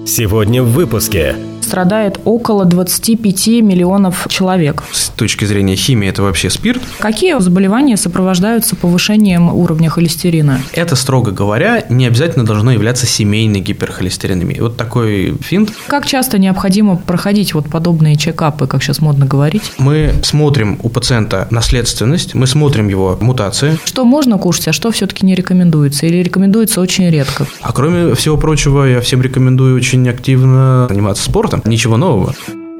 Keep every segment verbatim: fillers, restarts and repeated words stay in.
Сегодня в выпуске. Страдает около двадцать пять миллионов человек. С точки зрения химии это вообще спирт. Какие заболевания сопровождаются повышением уровня холестерина? Это, строго говоря, не обязательно должно являться семейной гиперхолестеринемией. Вот такой финт. Как часто необходимо проходить вот подобные чекапы, как сейчас модно говорить? Мы смотрим у пациента наследственность, мы смотрим его мутации. Что можно кушать, а что все-таки не рекомендуется? Или рекомендуется очень редко? А кроме всего прочего, я всем рекомендую очень активно заниматься спортом. Ничего нового.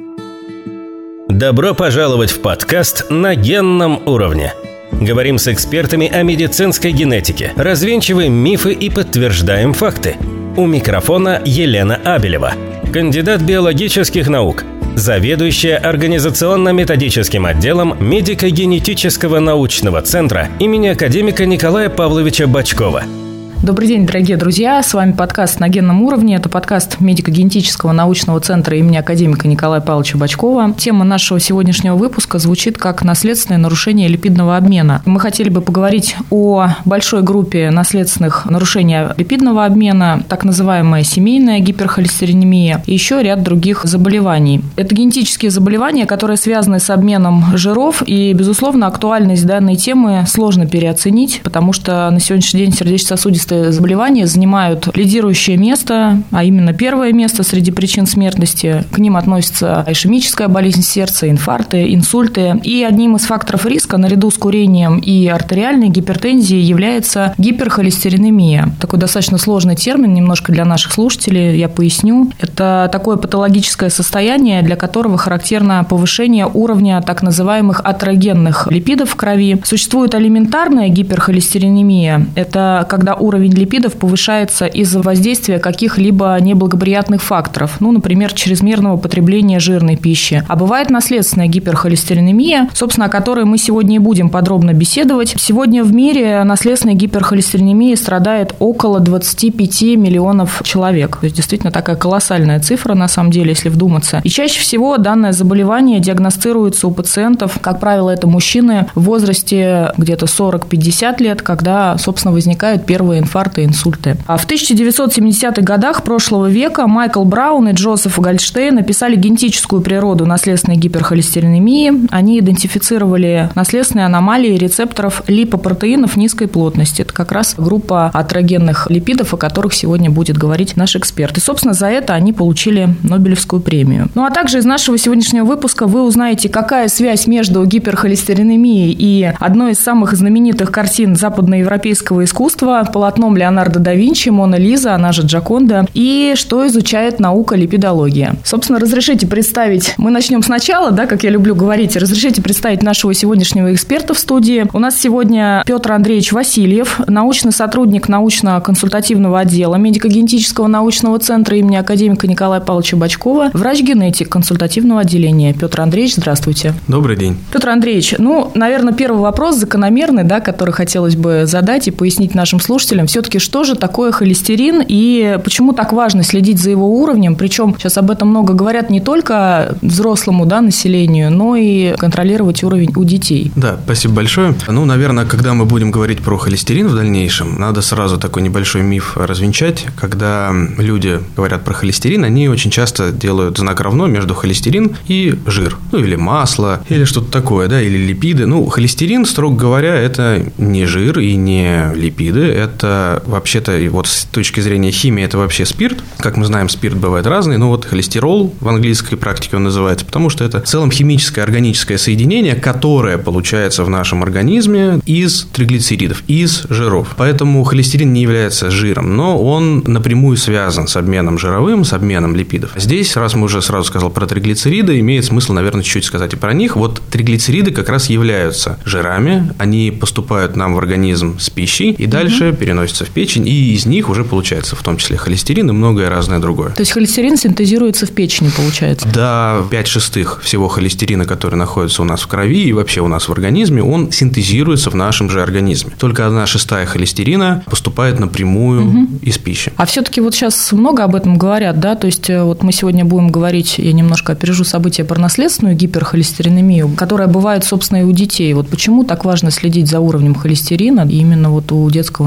Добро пожаловать в подкаст «На генном уровне». Говорим с экспертами о медицинской генетике, развенчиваем мифы и подтверждаем факты. У микрофона Елена Абелева, кандидат биологических наук, заведующая организационно-методическим отделом медико-генетического научного центра имени академика Николая Павловича Бочкова. Добрый день, дорогие друзья. С вами подкаст «На генном уровне». Это подкаст медико-генетического научного центра имени академика Николая Павловича Бочкова. Тема нашего сегодняшнего выпуска звучит как наследственное нарушение липидного обмена. Мы хотели бы поговорить о большой группе наследственных нарушений липидного обмена, так называемая семейная гиперхолестеринемия и еще ряд других заболеваний. Это генетические заболевания, которые связаны с обменом жиров, и, безусловно, актуальность данной темы сложно переоценить, потому что на сегодняшний день сердечно-сосудистые заболевания занимают лидирующее место, а именно первое место среди причин смертности. К ним относятся ишемическая болезнь сердца, инфаркты, инсульты. И одним из факторов риска, наряду с курением и артериальной гипертензией, является гиперхолестеринемия. Такой достаточно сложный термин, немножко для наших слушателей я поясню. Это такое патологическое состояние, для которого характерно повышение уровня так называемых атерогенных липидов в крови. Существует алиментарная гиперхолестеринемия. Это когда уровень липидов повышается из-за воздействия каких-либо неблагоприятных факторов, ну, например, чрезмерного потребления жирной пищи. А бывает наследственная гиперхолестеринемия, собственно, о которой мы сегодня и будем подробно беседовать. Сегодня в мире наследственной гиперхолестеринемией страдает около двадцать пять миллионов человек. То есть, действительно, такая колоссальная цифра, на самом деле, если вдуматься. И чаще всего данное заболевание диагностируется у пациентов, как правило, это мужчины в возрасте где-то сорок-пятьдесят лет, когда, собственно, возникают первые инфаркты, инсульты. А в тысяча девятьсот семидесятых годах прошлого века Майкл Браун и Джозеф Гольдштейн описали генетическую природу наследственной гиперхолестеринемии. Они идентифицировали наследственные аномалии рецепторов липопротеинов низкой плотности. Это как раз группа атерогенных липидов, о которых сегодня будет говорить наш эксперт. И, собственно, за это они получили Нобелевскую премию. Ну, а также из нашего сегодняшнего выпуска вы узнаете, какая связь между гиперхолестеринемией и одной из самых знаменитых картин западноевропейского искусства, полотном Леонардо да Винчи «Мона Лиза», она же Джоконда, и что изучает наука липидология. Собственно, разрешите представить, мы начнем сначала, да, как я люблю говорить, разрешите представить нашего сегодняшнего эксперта в студии. У нас сегодня Петр Андреевич Васильев, научный сотрудник научно-консультативного отдела медико-генетического научного центра имени академика Николая Павловича Бочкова, врач-генетик консультативного отделения. Петр Андреевич, здравствуйте. Добрый день. Петр Андреевич, ну, наверное, первый вопрос закономерный, да, который хотелось бы задать и пояснить нашим слушателям. Все-таки что же такое холестерин и почему так важно следить за его уровнем? Причем сейчас об этом много говорят не только взрослому, да, населению, но и контролировать уровень у детей. Да, спасибо большое. Ну, наверное, когда мы будем говорить про холестерин в дальнейшем, надо сразу такой небольшой миф развенчать. Когда люди говорят про холестерин, они очень часто делают знак равно между холестерин и жир. Ну, или масло, или что-то такое, да, или липиды. Ну, холестерин, строго говоря, это не жир и не липиды, это вообще-то, вот с точки зрения химии, это вообще спирт. Как мы знаем, спирт бывает разный, но вот холестерол в английской практике он называется, потому что это в целом химическое органическое соединение, которое получается в нашем организме из триглицеридов, из жиров. Поэтому холестерин не является жиром, но он напрямую связан с обменом жировым, с обменом липидов. Здесь, раз мы уже сразу сказал про триглицериды, имеет смысл, наверное, чуть-чуть сказать и про них. Вот триглицериды как раз являются жирами, они поступают нам в организм с пищей и дальше угу. переносятся в печень, и из них уже получается в том числе холестерин и многое разное другое. То есть холестерин синтезируется в печени, получается? Да, пять шестых всего холестерина, который находится у нас в крови и вообще у нас в организме, он синтезируется в нашем же организме. Только одна шестая холестерина поступает напрямую угу. из пищи. А все-таки вот сейчас много об этом говорят, да? То есть вот мы сегодня будем говорить, я немножко опережу события, про наследственную гиперхолестеринемию, которая бывает, собственно, и у детей. Вот почему так важно следить за уровнем холестерина именно вот у детского населения?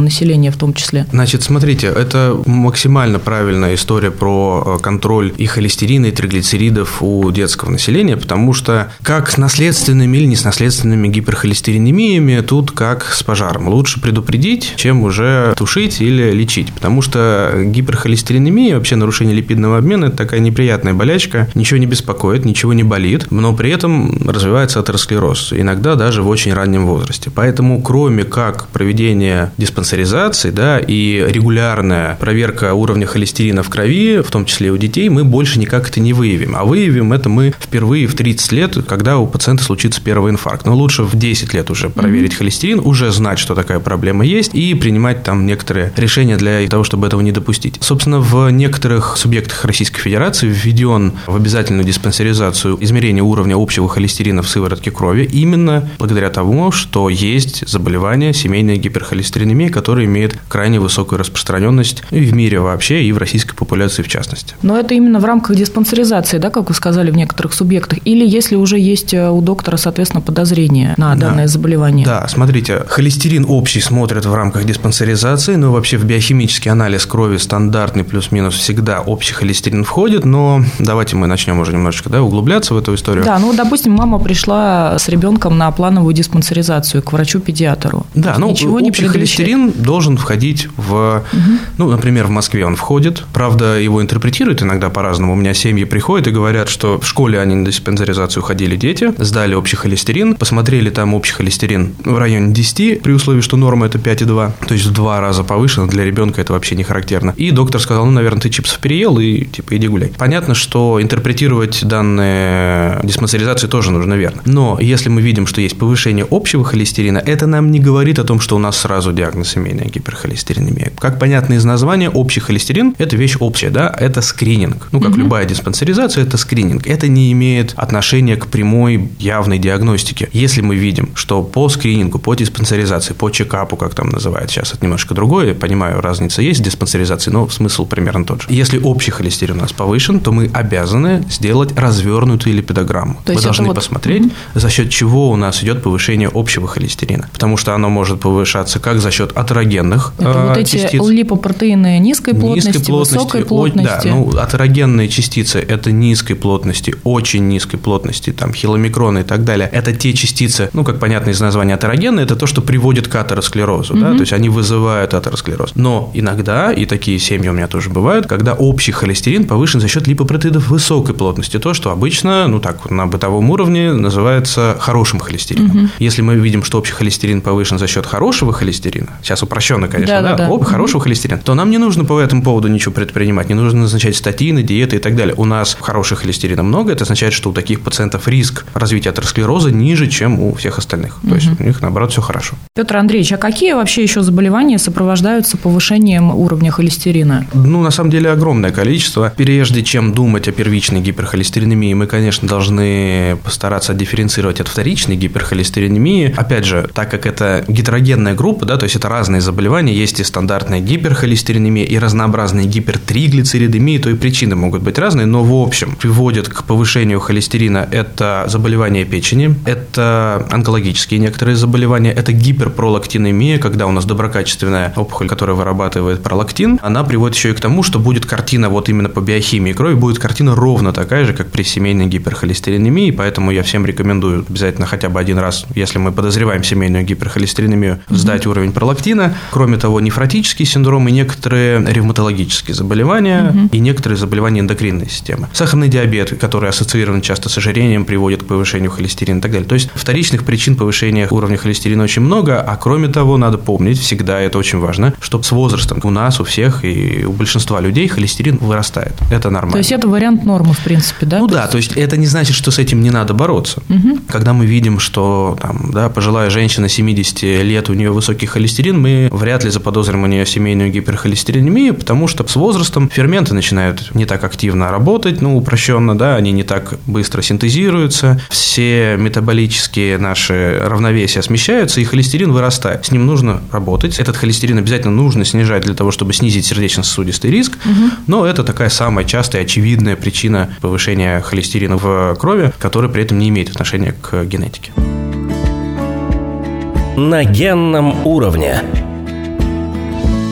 заболевания в том числе? Значит, смотрите, это максимально правильная история про контроль и холестерина, и триглицеридов у детского населения, потому что как с наследственными или не с наследственными гиперхолестеринемиями, тут как с пожаром. Лучше предупредить, чем уже тушить или лечить, потому что гиперхолестеринемия, вообще нарушение липидного обмена, это такая неприятная болячка, ничего не беспокоит, ничего не болит, но при этом развивается атеросклероз, иногда даже в очень раннем возрасте. Поэтому, кроме как проведения диспансеризации, да, и регулярная проверка уровня холестерина в крови, в том числе у детей, мы больше никак это не выявим. А выявим это мы впервые в тридцать лет, когда у пациента случится первый инфаркт. Но лучше в десять лет уже проверить mm-hmm. холестерин, уже знать, что такая проблема есть, и принимать там некоторые решения для того, чтобы этого не допустить. Собственно, в некоторых субъектах Российской Федерации введен в обязательную диспансеризацию измерение уровня общего холестерина в сыворотке крови именно благодаря тому, что есть заболевание семейная гиперхолестеринемия, которая имеет крайне высокую распространенность и в мире вообще, и в российской популяции в частности. Но это именно в рамках диспансеризации, да, как вы сказали, в некоторых субъектах, или если уже есть у доктора, соответственно, подозрение на да. данное заболевание? Да, смотрите, холестерин общий смотрят в рамках диспансеризации, но вообще в биохимический анализ крови стандартный плюс-минус всегда общий холестерин входит, но давайте мы начнем уже немножечко да, углубляться в эту историю. Да, ну, допустим, мама пришла с ребенком на плановую диспансеризацию к врачу-педиатру. Да, ну, общий холестерин должен входить в, угу. ну, например, в Москве он входит, правда, его интерпретируют иногда по-разному. У меня семьи приходят и говорят, что в школе они на диспансеризацию ходили дети, сдали общий холестерин, посмотрели там общий холестерин в районе десяти, при условии, что норма это пять и два, то есть в два раза повышено, для ребенка это вообще не характерно. И доктор сказал, ну, наверное, ты чипсов переел и, типа, иди гуляй. Понятно, что интерпретировать данные диспансеризации тоже нужно верно. Но если мы видим, что есть повышение общего холестерина, это нам не говорит о том, что у нас сразу диагноз семейная гиперхолестеринемия. Как понятно из названия, общий холестерин – это вещь общая, да, это скрининг. Ну, как угу. любая диспансеризация, это скрининг. Это не имеет отношения к прямой явной диагностике. Если мы видим, что по скринингу, по диспансеризации, по чекапу, как там называют сейчас, это немножко другое, понимаю, разница есть в диспансеризации, но смысл примерно тот же. Если общий холестерин у нас повышен, то мы обязаны сделать развернутую липидограмму. То мы должны вот... посмотреть, угу. за счет чего у нас идет повышение общего холестерина. Потому что оно может повышаться как за счет атерогенных это э, вот эти частиц. Липопротеины низкой плотности, низкой плотности, высокой плотности. О, да, ну, атерогенные частицы – это низкой плотности, очень низкой плотности, там, хиломикроны и так далее. Это те частицы, ну, как понятно из названия атерогенные, это то, что приводит к атеросклерозу, угу. да, то есть они вызывают атеросклероз. Но иногда, и такие семьи у меня тоже бывают, когда общий холестерин повышен за счет липопротеидов высокой плотности, то, что обычно, ну, так, на бытовом уровне называется хорошим холестерином. Угу. Если мы видим, что общий холестерин повышен за счет хорошего холестерина, сейчас упрощенно, конечно, да, да, да, да. хорошего угу. холестерина, то нам не нужно по этому поводу ничего предпринимать, не нужно назначать статины, диеты и так далее. У нас хорошего холестерина много, это означает, что у таких пациентов риск развития атеросклероза ниже, чем у всех остальных. Угу. То есть у них, наоборот, все хорошо. Петр Андреевич, а какие вообще еще заболевания сопровождаются повышением уровня холестерина? Ну, на самом деле, огромное количество. Прежде чем думать о первичной гиперхолестеринемии, мы, конечно, должны постараться дифференцировать от вторичной гиперхолестеринемии. Опять же, так как это гетерогенная группа, да, то есть это разные заболевания, есть и стандартная гиперхолестеринемия, и разнообразные гипертриглицеридемии, то и причины могут быть разные, но в общем приводит к повышению холестерина это заболевания печени, это онкологические некоторые заболевания, это гиперпролактинемия, когда у нас доброкачественная опухоль, которая вырабатывает пролактин, она приводит еще и к тому, что будет картина вот именно по биохимии крови, будет картина ровно такая же, как при семейной гиперхолестеринемии, поэтому я всем рекомендую обязательно хотя бы один раз, если мы подозреваем семейную гиперхолестеринемию, сдать mm-hmm. уровень пролактина. Кроме того, нефротический синдром и некоторые ревматологические заболевания mm-hmm. и некоторые заболевания эндокринной системы. Сахарный диабет, который ассоциирован часто с ожирением, приводит к повышению холестерина и так далее. То есть вторичных причин повышения уровня холестерина очень много, а кроме того, надо помнить всегда, это очень важно, что с возрастом у нас, у всех и у большинства людей холестерин вырастает. Это нормально. То есть это вариант нормы, в принципе, да? Ну да, то есть это не значит, что с этим не надо бороться. Угу. Когда мы видим, что там, да, пожилая женщина семидесяти лет, у нее высокий холестерин, мы вряд ли заподозрим у нее семейную гиперхолестеринемию, потому что с возрастом ферменты начинают не так активно работать, ну, упрощенно, да, они не так быстро синтезируются, все метаболические наши равновесия смещаются, и холестерин вырастает. С ним нужно работать. Этот холестерин обязательно нужно снижать для того, чтобы снизить сердечно-сосудистый риск, угу. но это такая самая частая, очевидная причина повышения холестерина в крови, которая при этом не имеет отношения к генетике. На генном уровне.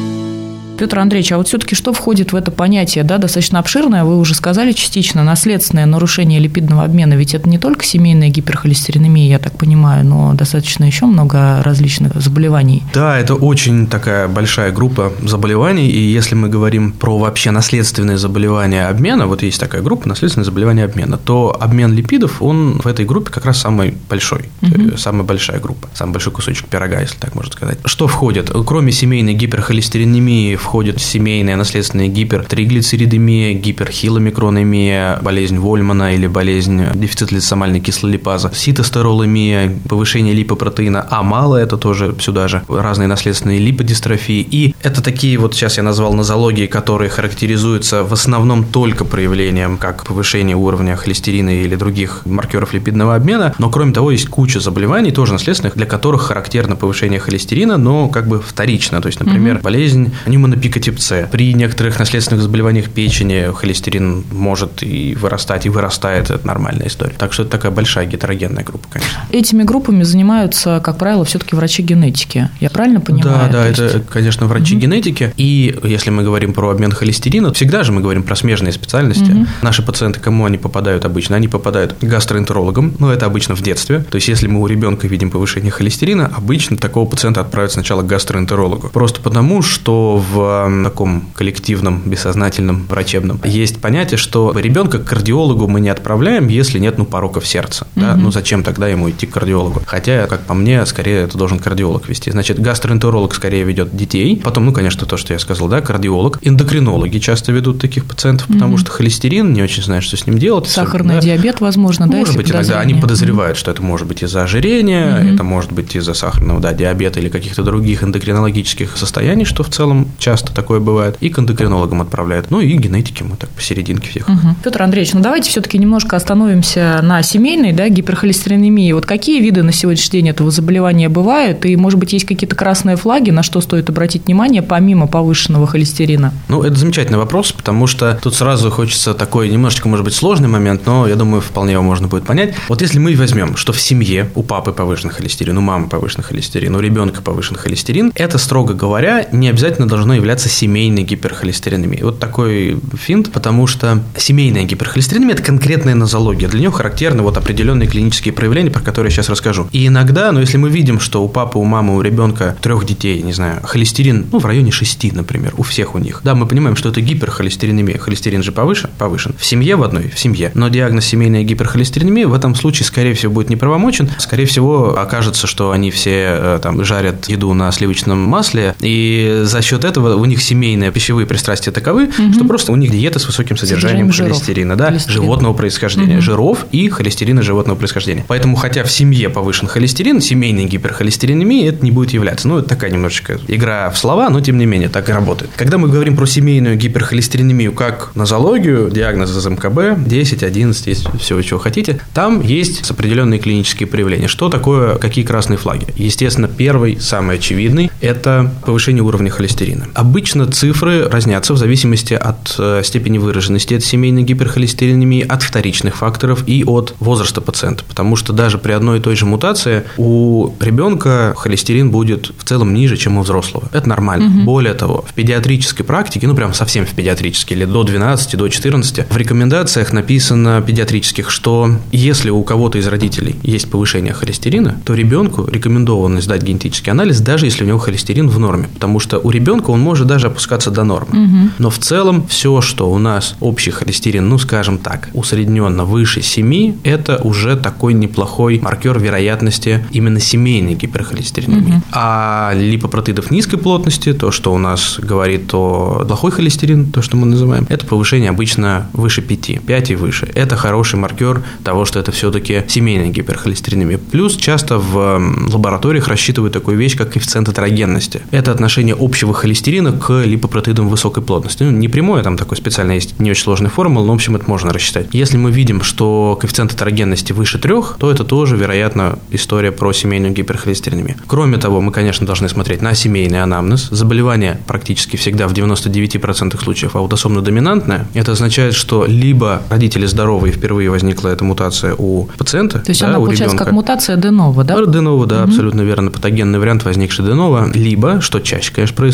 Петр Андреевич, а вот все-таки что входит в это понятие, да, достаточно обширное, вы уже сказали частично, наследственное нарушение липидного обмена, ведь это не только семейная гиперхолестеринемия, я так понимаю, но достаточно еще много различных заболеваний. Да, это очень такая большая группа заболеваний, и если мы говорим про вообще наследственные заболевания обмена, вот есть такая группа наследственные заболевания обмена, то обмен липидов, он в этой группе как раз самый большой, угу. самая большая группа, самый большой кусочек пирога, если так можно сказать. Что входит? Кроме семейной гиперхолестеринемии входит семейная наследственная гипертриглицеридемия, гиперхиломикронемия, болезнь Вольмана или болезнь дефицита лизосомальной кислой липазы, ситостеролемия, повышение липопротеина, а мало это тоже сюда же, разные наследственные липодистрофии. И это такие вот, сейчас я назвал нозологии, которые характеризуются в основном только проявлением, как повышение уровня холестерина или других маркеров липидного обмена, но кроме того есть куча заболеваний, тоже наследственных, для которых характерно повышение холестерина, но как бы вторично, то есть, например, mm-hmm. болезнь Ньюмана-Пика тип С. При некоторых наследственных заболеваниях печени холестерин может и вырастать, и вырастает, это нормальная история. Так что это такая большая гетерогенная группа, конечно. Этими группами занимаются, как правило, все-таки врачи генетики. Я правильно понимаю? Да, да, есть... это, конечно, врачи mm-hmm. генетики. И если мы говорим про обмен холестерина, всегда же мы говорим про смежные специальности. Mm-hmm. Наши пациенты, кому они попадают обычно? Они попадают к гастроэнтерологам, но это обычно в детстве. То есть, если мы у ребенка видим повышение холестерина, обычно такого пациента отправят сначала к гастроэнтерологу. Просто потому, что в таком коллективном, бессознательном, врачебном есть понятие, что ребенка к кардиологу мы не отправляем, если нет, ну, пороков сердца. Mm-hmm. Да? Ну, зачем тогда ему идти к кардиологу? Хотя, как по мне, скорее это должен кардиолог вести. Значит, гастроэнтеролог скорее ведет детей. Потом, ну, конечно, то, что я сказал, да, кардиолог. Эндокринологи часто ведут таких пациентов, потому mm-hmm. что холестерин, не очень знают, что с ним делать. Сахарный да? диабет, возможно, да? Может быть, иногда они подозревают, mm-hmm. что это может быть из-за ожирения, mm-hmm. это может быть из-за сахарного, да, диабета или каких-то других эндокринологических состояний, что в целом часто такое бывает, и к эндокринологам отправляют. Ну, и генетики мы так посерединке всех. Угу. Петр Андреевич, ну давайте все-таки немножко остановимся на семейной, да, гиперхолестеринемии. Вот какие виды на сегодняшний день этого заболевания бывают? И, может быть, есть какие-то красные флаги, на что стоит обратить внимание, помимо повышенного холестерина? Ну, это замечательный вопрос, потому что тут сразу хочется такой немножечко, может быть, сложный момент, но я думаю, вполне его можно будет понять. Вот если мы возьмем, что в семье у папы повышен холестерин, у мамы повышен холестерин, у ребенка повышен холестерин, это, строго говоря, не обязательно должно являться семейной гиперхолестеринемией. Вот такой финт, потому что семейная гиперхолестеринемия – это конкретная нозология. Для нее характерны вот определенные клинические проявления, про которые я сейчас расскажу. И иногда, ну, если мы видим, что у папы, у мамы, у ребенка трех детей, не знаю, холестерин, ну, в районе шести, например, у всех у них, да, мы понимаем, что это гиперхолестеринемия. Холестерин же повышен, повышен. В семье в одной, в семье. Но диагноз семейная гиперхолестеринемия в этом случае, скорее всего, будет неправомочен. Скорее всего, окажется, что они все там жарят еду на сливочном масле, и за счет этого у них семейные пищевые пристрастия таковы, угу. что просто у них диета с высоким содержанием Содержанием холестерина, да, холестерин. животного происхождения, угу. жиров и холестерина животного происхождения. Поэтому, хотя в семье повышен холестерин, семейной гиперхолестеринемии это не будет являться. Ну, это такая немножечко игра в слова, но тем не менее так и работает. Когда мы говорим про семейную гиперхолестеринемию как нозологию, диагноз из эм ка бэ десять, одиннадцать, есть все, чего хотите, там есть определенные клинические проявления. Что такое, какие красные флаги? Естественно, первый, самый очевидный, это повышение уровня холестерина. Обычно цифры разнятся в зависимости от степени выраженности этой семейной гиперхолестеринемии, от вторичных факторов и от возраста пациента, потому что даже при одной и той же мутации у ребенка холестерин будет в целом ниже, чем у взрослого. Это нормально. Угу. Более того, в педиатрической практике, ну прям совсем в педиатрической, лет до двенадцати, до четырнадцати, в рекомендациях написано педиатрических, что если у кого-то из родителей есть повышение холестерина, то ребенку рекомендовано сдать генетический анализ, даже если у него холестерин в норме, потому что у ребенка он может даже опускаться до нормы. Угу. Но в целом все, что у нас общий холестерин, ну скажем так, усредненно выше семи, это уже такой неплохой маркер вероятности именно семейной гиперхолестеринемии. Угу. А липопротеидов низкой плотности, то, что у нас говорит о плохой холестерин, то, что мы называем, это повышение обычно выше пяти, пять и выше. Это хороший маркер того, что это все-таки семейная гиперхолестеринемия. Плюс часто в лабораториях рассчитывают такую вещь, как коэффициент атерогенности. Это отношение общего холестерина к липопротеидам высокой плотности. Ну, не прямое, там такой специально есть не очень сложная формула, но, в общем, это можно рассчитать. Если мы видим, что коэффициент атерогенности выше трех, то это тоже, вероятно, история про семейную гиперхолестеринемию. Кроме того, мы, конечно, должны смотреть на семейный анамнез. Заболевание практически всегда в девяноста девяти процентах случаев аутосомно-доминантное. Это означает, что либо родители здоровы и впервые возникла эта мутация у пациента, то есть да, она у получается ребенка. Как мутация де-ново, да? Де-ново, да, угу. абсолютно верно. Патогенный вариант, возникший де-ново. Либо, что чаще, конечно, происходит, у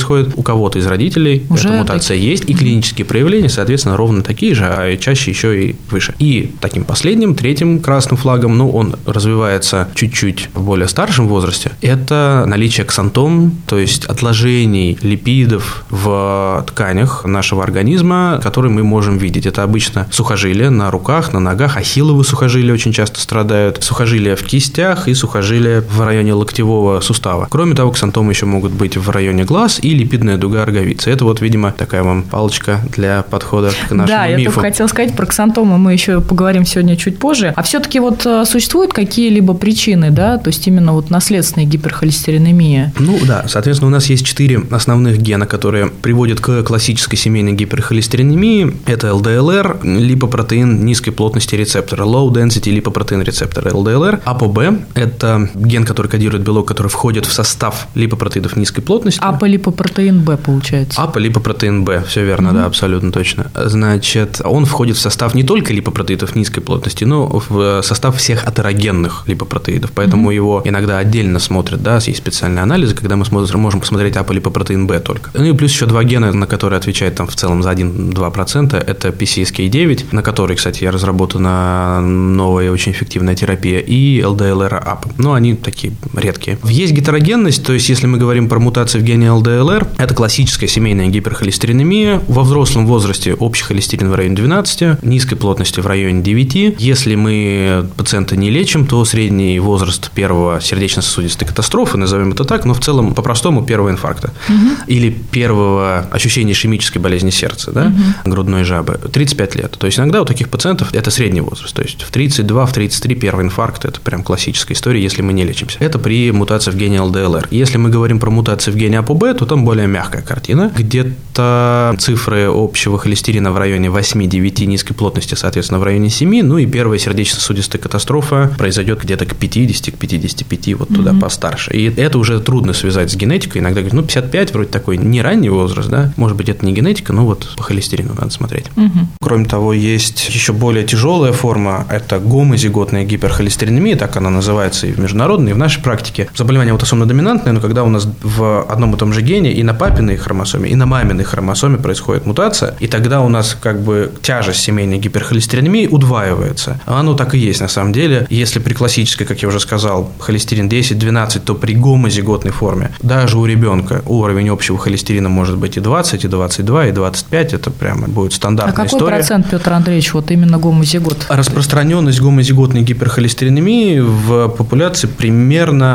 кого-то из родителей уже эта мутация так... есть, и клинические проявления, соответственно, ровно такие же, а чаще еще и выше. И таким последним, третьим красным флагом, ну, он развивается чуть-чуть в более старшем возрасте, это наличие ксантом, то есть отложений липидов в тканях нашего организма, которые мы можем видеть. Это обычно сухожилия на руках, на ногах, ахилловые сухожилия очень часто страдают, сухожилия в кистях и сухожилия в районе локтевого сустава. Кроме того, ксантомы еще могут быть в районе глаз и липидная дуга роговицы. Это вот, видимо, такая вам палочка для подхода к нашему да, мифу. Да, я только хотела сказать про ксантомы, мы еще поговорим сегодня чуть позже. А все-таки вот существуют какие-либо причины, да, то есть именно вот наследственная гиперхолестеринемия? Ну да, соответственно, у нас есть четыре основных гена, которые приводят к классической семейной гиперхолестеринемии. Это эл дэ эл эр, липопротеин низкой плотности рецептора, low density lipoprotein receptor, эл дэ эл эр. а пэ бэ – это ген, который кодирует белок, который входит в состав липопротеидов низкой плотности. Аполипопротеин Б, получается. Аполипопротеин Б, все верно, mm-hmm. да, абсолютно точно. Значит, он входит в состав не только липопротеидов низкой плотности, но в состав всех атерогенных липопротеидов, поэтому mm-hmm. его иногда отдельно смотрят, да, есть специальные анализы, когда мы смотрим, можем посмотреть аполипопротеин Б только. Ну и плюс еще два гена, на которые отвечают там в целом за один-два процента, это пи си эс кей девять, на который, кстати, я разработана новая очень эффективная терапия, и эл дэ эл эр а пэ. Но они такие редкие. Есть гетерогенность, то есть если мы говорим про мутации в гене эл дэ эл эр, это классическая семейная гиперхолестеринемия. Во взрослом возрасте общий холестерин в районе двенадцати, низкой плотности в районе девяти. Если мы пациента не лечим, то средний возраст первого сердечно-сосудистой катастрофы, назовем это так, но в целом по-простому первого инфаркта. Угу. Или первого ощущения ишемической болезни сердца, да, угу. грудной жабы, тридцать пять лет. То есть иногда у таких пациентов это средний возраст. То есть в тридцать два, в тридцать три первый инфаркт – это прям классическая история, если мы не лечимся. Это при мутации в гене эл дэ эл эр. Если мы говорим про мутации в гене а пэ бэ, то там более мягкая картина. Где-то цифры общего холестерина в районе восьми-девяти, низкой плотности, соответственно, в районе семи. Ну и первая сердечно-сосудистая катастрофа произойдет где-то к пятидесяти, к пятидесяти пяти, вот туда mm-hmm. постарше. И это уже трудно связать с генетикой. Иногда говорят, ну, пятьдесят пять вроде такой не ранний возраст, да. Может быть, это не генетика, но вот по холестерину надо смотреть. Mm-hmm. Кроме того, есть еще более тяжелая форма. Это гомозиготная гиперхолестеринемия, так она называется и в международной, и в нашей практике. Заболевание аутосомно доминантное, но когда у нас в одном и том же гене и на папиной хромосоме, и на маминой хромосоме происходит мутация, и тогда у нас как бы тяжесть семейной гиперхолестеринемии удваивается. А оно так и есть на самом деле. Если при классической, как я уже сказал, холестерин десять-двенадцать, то при гомозиготной форме даже у ребенка уровень общего холестерина может быть и двадцать, и двадцать два, и двадцать пять. Это прямо будет стандартная история. А какой процент, Петр Андреевич, вот именно гомозигот? Распространенность гомозиготной гиперхолестеринемии в популяции примерно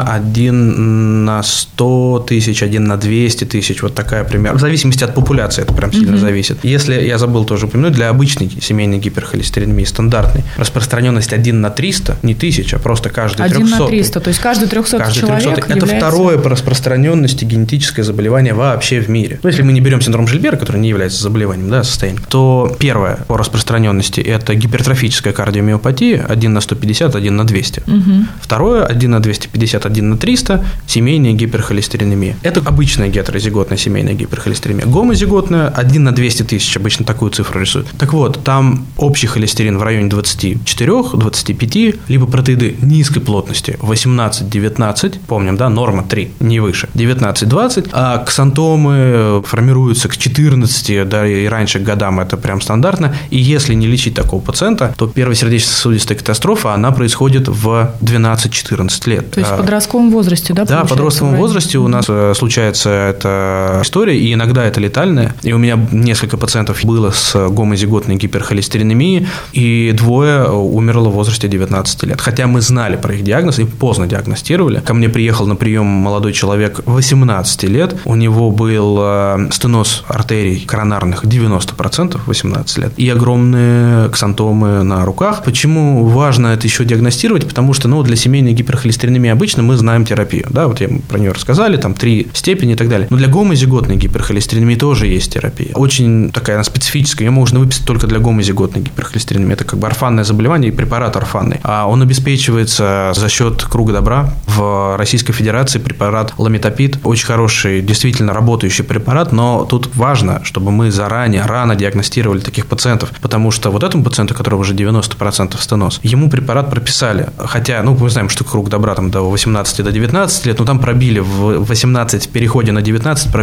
один на сто тысяч, один на двести тысяч, вот такая примерно. В зависимости от популяции это прям сильно mm-hmm. зависит. Если, я забыл тоже упомянуть, для обычной семейной гиперхолестеринемии стандартной распространенность один на триста, не тысяч, а просто каждый трехсотый. один на триста, то есть каждый трехсотый человек трехсотый. является... Это второе по распространенности генетическое заболевание вообще в мире. Ну, если мы не берем синдром Жильбера, который не является заболеванием, да, состоянием, то первое по распространенности это гипертрофическая кардиомиопатия один на сто пятьдесят, один на двести. Угу. Второе один на двести пятьдесят, один на триста семейная гиперхолестеринемия. Это обычная гетерозиготная семейная гиперхолестеринемия. Гомозиготная один на двести тысяч, обычно такую цифру рисуют. Так вот, там общий холестерин в районе двадцати четырёх - двадцати пяти, либо протеиды низкой плотности восемнадцать-девятнадцать, помним, да, норма три, не выше, девятнадцать-двадцать, а ксантомы формируются к четырнадцати, да, и раньше к годам, это прям стандартно, и если не лечить такого пациента, то первая сердечно-сосудистая катастрофа, она происходит в двенадцать-четырнадцать лет. То есть в подростковом возрасте, да? Да, в подростковом возрасте у нас случается эта история, и иногда это летальная, и у меня несколько пациентов было с гомозиготной гиперхолестеринемией, и двое умерло в возрасте девятнадцати лет, хотя мы знали про их диагноз и поздно диагностировали. Ко мне приехал на прием молодой человек восемнадцати лет, у него был стеноз артерий коронарных девяносто процентов, восемнадцать лет, и огромные ксантомы на руках. Почему важно это еще диагностировать? Потому что, ну, для семейной гиперхолестеринемии обычно мы знаем терапию, да, вот я про нее рассказали, там три степени и так далее. Но для гомозиготной гиперхолестеринемии тоже есть терапия. Очень такая она специфическая, ее можно выписать только для гомозиготной гиперхолестеринемии. Это как бы орфанное заболевание и препарат орфанный. А он обеспечивается за счет круга добра. В Российской Федерации препарат ламитопид очень хороший, действительно работающий препарат, но тут важно, чтобы мы заранее, рано диагностировали таких пациентов, потому что вот этому пациенту, у которого уже девяносто процентов стеноз, ему препарат прописали, хотя, ну, мы знаем, что круг добра там до восемнадцати, до девятнадцати лет, но там пробили в восемнадцать, в переходе на девятнадцать, пробили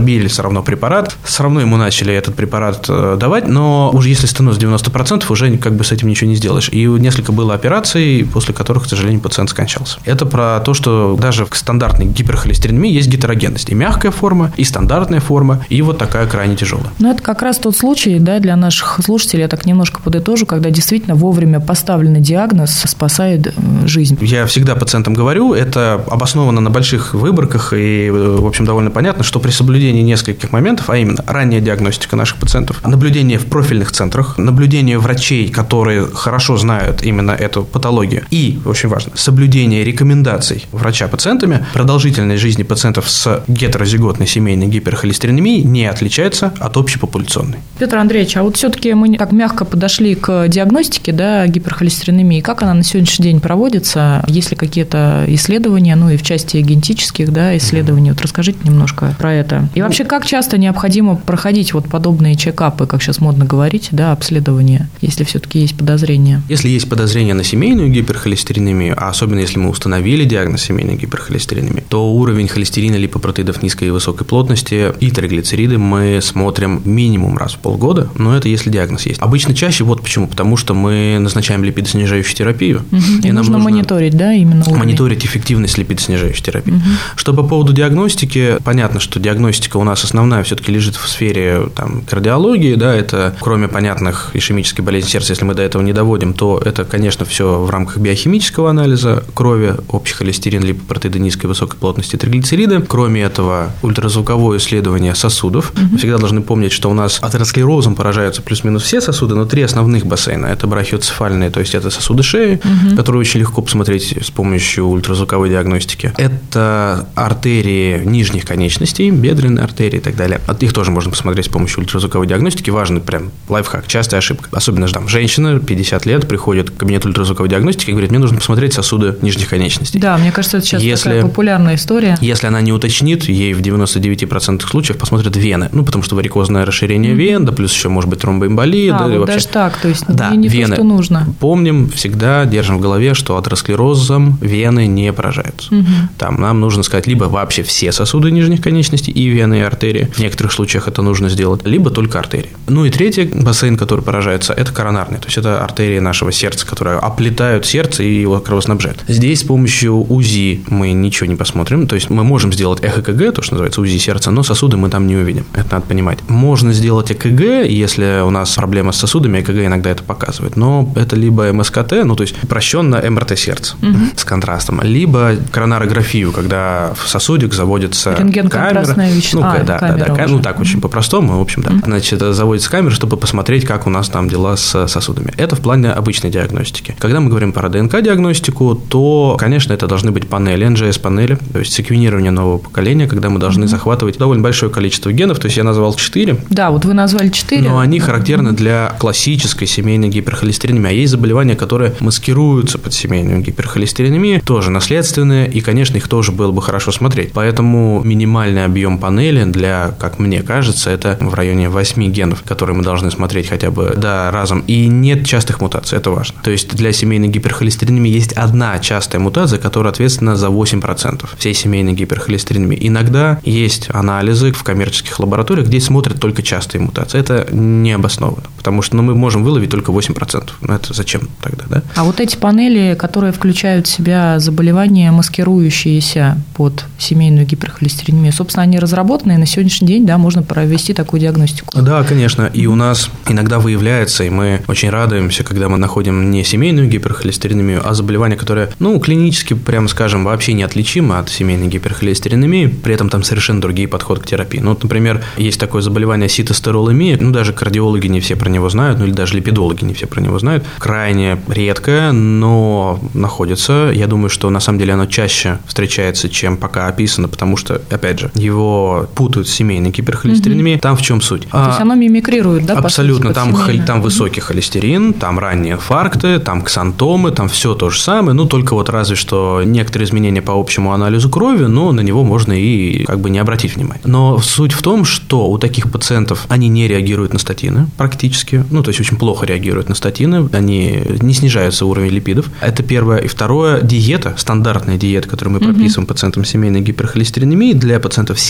пробили все равно препарат, все равно ему начали этот препарат давать, но уже если стеноз девяносто процентов, уже как бы с этим ничего не сделаешь. И несколько было операций, после которых, к сожалению, пациент скончался. Это про то, что даже в стандартной гиперхолестеринемии есть гетерогенность. И мягкая форма, и стандартная форма, и вот такая крайне тяжелая. Ну, это как раз тот случай, да, для наших слушателей, я так немножко подытожу, когда действительно вовремя поставленный диагноз спасает жизнь. Я всегда пациентам говорю, это обосновано на больших выборках, и, в общем, довольно понятно, что при соблюдении нескольких моментов, а именно ранняя диагностика наших пациентов, наблюдение в профильных центрах, наблюдение врачей, которые хорошо знают именно эту патологию, и, очень важно, соблюдение рекомендаций врача пациентами, продолжительность жизни пациентов с гетерозиготной семейной гиперхолестеринемией не отличается от общепопуляционной. Петр Андреевич, а вот все-таки мы так мягко подошли к диагностике, да, гиперхолестеринемии. Как она на сегодняшний день проводится? Есть ли какие-то исследования, ну и в части генетических, да, исследований? Вот расскажите немножко про это. И вообще, как часто необходимо проходить вот подобные чекапы, как сейчас модно говорить, да, обследования, если все-таки есть подозрения? Если есть подозрение на семейную гиперхолестеринемию, а особенно если мы установили диагноз семейной гиперхолестеринемии, то уровень холестерина, липопротеидов низкой и высокой плотности и триглицериды мы смотрим минимум раз в полгода, но это если диагноз есть. Обычно чаще вот почему, потому что мы назначаем липидоснижающую терапию. Угу. И, и нам нужно мониторить, да, именно уровень. Мониторить эффективность липидоснижающей терапии. Угу. Что по поводу диагностики, понятно, что диагностика у нас основная все-таки лежит в сфере там, кардиологии, да, это кроме понятных ишемической болезни сердца, если мы до этого не доводим, то это, конечно, все в рамках биохимического анализа крови, общий холестерин, липопротеиды низкой и высокой плотности, триглицериды. Кроме этого, ультразвуковое исследование сосудов. Угу. Мы всегда должны помнить, что у нас атеросклерозом поражаются плюс-минус все сосуды, но три основных бассейна. Это брахиоцефальные, то есть это сосуды шеи, угу. которые очень легко посмотреть с помощью ультразвуковой диагностики. Это артерии нижних конечностей, бедренные артерии и так далее. От них тоже можно посмотреть с помощью ультразвуковой диагностики. Важный прям лайфхак, частая ошибка. Особенно там женщина, пятьдесят лет, приходит в кабинет ультразвуковой диагностики и говорит, мне нужно посмотреть сосуды нижних конечностей. Да, мне кажется, это сейчас если, такая популярная история. Если она не уточнит, ей в девяносто девять процентов случаев посмотрят вены. Ну, потому что варикозное расширение mm-hmm. вен, да плюс еще может быть тромбоэмболия. А, да, вот вообще... даже так, то есть да, не вены. то, что нужно. Помним, всегда держим в голове, что атеросклерозом вены не поражаются. Угу. Там нам нужно сказать либо вообще все сосуды нижних конечностей, и вены, и артерии. В некоторых случаях это нужно сделать, либо только артерии. Ну и третий бассейн, который поражается, это коронарный. То есть это артерии нашего сердца, которые оплетают сердце и его кровоснабжают. Здесь с помощью УЗИ мы ничего не посмотрим. То есть мы можем сделать ЭХКГ, то, что называется УЗИ сердца, но сосуды мы там не увидим. Это надо понимать. Можно сделать ЭКГ, если у нас проблема с сосудами, ЭКГ иногда это показывает. Но это либо МСКТ, ну то есть упрощенно МРТ сердца угу. с контрастом, либо коронарографию, когда в сосудик заводится рентген-контрастная камера. вещь. Ну, а, да, да, да, ну так очень по-простому, в общем, да. Угу. Значит, заводится камера, чтобы посмотреть, как у нас там дела с сосудами. Это в плане обычной диагностики. Когда мы говорим про ДНК-диагностику, то, конечно, это должны быть панели, эн джи эс-панели, то есть секвенирование нового поколения, когда мы должны угу. захватывать довольно большое количество генов, то есть я назвал четыре. Да, вот вы назвали четыре. Но они характерны для классической семейной гиперхолестеринемии, а есть заболевания, которые маскируются под семейную гиперхолестеринемию, тоже наследственные, и, конечно, их тоже было бы хорошо смотреть. Поэтому минимальный объем панели для, как мне кажется, это в районе восьми генов, которые мы должны смотреть хотя бы да, разом. И нет частых мутаций, это важно. То есть для семейной гиперхолестеринемии есть одна частая мутация, которая ответственна за восемь процентов всей семейной гиперхолестеринемии. Иногда есть анализы в коммерческих лабораториях, где смотрят только частые мутации. Это не обоснованно, потому что ну, мы можем выловить только восемь процентов. Ну, это зачем тогда, да? А вот эти панели, которые включают в себя заболевания, маскирующиеся под семейную гиперхолестеринемию, собственно, они разработаны, и на сегодняшний день, да, можно провести такую диагностику. Да, конечно, и у нас иногда выявляется, и мы очень радуемся, когда мы находим не семейную гиперхолестеринемию, а заболевание, которое, ну, клинически, прямо скажем, вообще неотличимо от семейной гиперхолестеринемии, при этом там совершенно другие подходы к терапии. Ну, вот, например, есть такое заболевание ситостеролемия, ну, даже кардиологи не все про него знают, ну, или даже липидологи не все про него знают. Крайне редкое, но находится. Я думаю, что на самом деле оно чаще встречается, чем пока описано, потому что, опять же, его путают с семейной гиперхолестеринемией. Угу. Там в чем суть? То есть оно мимикрирует, да? Абсолютно. Там, там высокий холестерин, там ранние инфаркты, там ксантомы, там все то же самое, ну, только вот разве что некоторые изменения по общему анализу крови, но на него можно и как бы не обратить внимания. Но суть в том, что у таких пациентов они не реагируют на статины практически, ну, то есть очень плохо реагируют на статины, они не снижается уровень липидов. Это первое. И второе, диета, стандартная диета, которую мы прописываем mm-hmm. пациентам семейной гиперхолестеринемии, для пациентов с ситостеролемией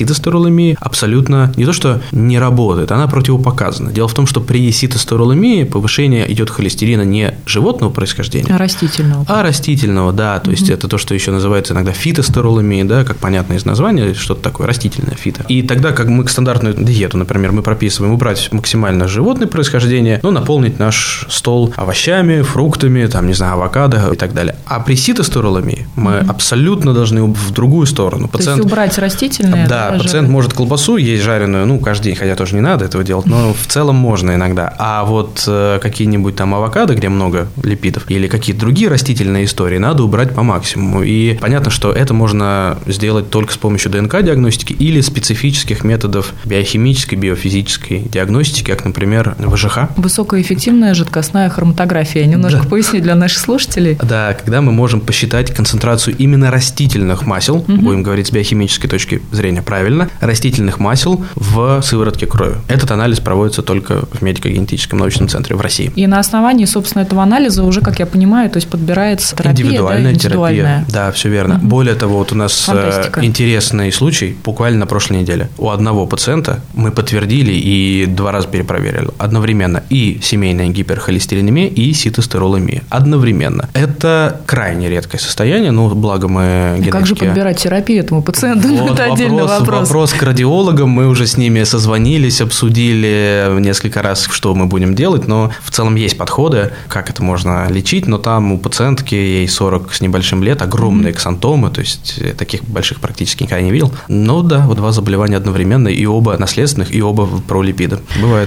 ситостеролемии абсолютно не то, что не работает, она противопоказана. Дело в том, что при ситостеролемии повышение идет холестерина не животного происхождения, а растительного. А растительного, да. То есть, это то, что еще называется иногда фитостеролемией, да, как понятно из названия, что-то такое растительное фито. И тогда, как мы стандартную диету, например, мы прописываем убрать максимально животное происхождение, но наполнить наш стол овощами, фруктами, там, не знаю, авокадо и так далее. А при ситостеролемии мы mm-hmm. абсолютно должны в другую сторону. Пациент, то есть убрать растительное? Да, да, пациент может колбасу есть жареную, ну, каждый день, хотя тоже не надо этого делать, но в целом можно иногда. А вот э, какие-нибудь там авокадо, где много липидов, или какие-то другие растительные истории, надо убрать по максимуму. И понятно, что это можно сделать только с помощью ДНК-диагностики или специфических методов биохимической, биофизической диагностики, как, например, вэ жэ ха. Высокоэффективная жидкостная хроматография. Немножко да. поясню для наших слушателей. Да, когда мы можем посчитать концентрацию именно растительных масел, угу. будем говорить с биохимической точки зрения правильно, растительных масел в сыворотке крови. Этот анализ проводится только в медико-генетическом научном центре в России. И на основании, собственно, этого анализа уже, как я понимаю, то есть подбирается терапия, индивидуальная, да, индивидуальная терапия. Да, все верно. Угу. Более того, вот у нас Фантастика. Интересный случай буквально на прошлой неделе. У одного пациента мы подтвердили и два раза перепроверили одновременно и семейная гиперхолестеринемия, и ситостеролемия. Одновременно. Это крайне редкое состояние, но благо мы генетики... Как же подбирать терапию этому пациенту? Вот это вопрос, отдельный вопрос. Вопрос к кардиологам. Мы уже с ними созвонились, обсудили несколько раз, что мы будем делать, но в целом есть подходы, как это можно лечить, но там у пациентки, ей сорок с небольшим лет, огромные mm-hmm. ксантомы, то есть таких больших практически никогда не видел. Но да, вот два заболевания одновременно, и оба наследственных, и оба про липиды. Бывает.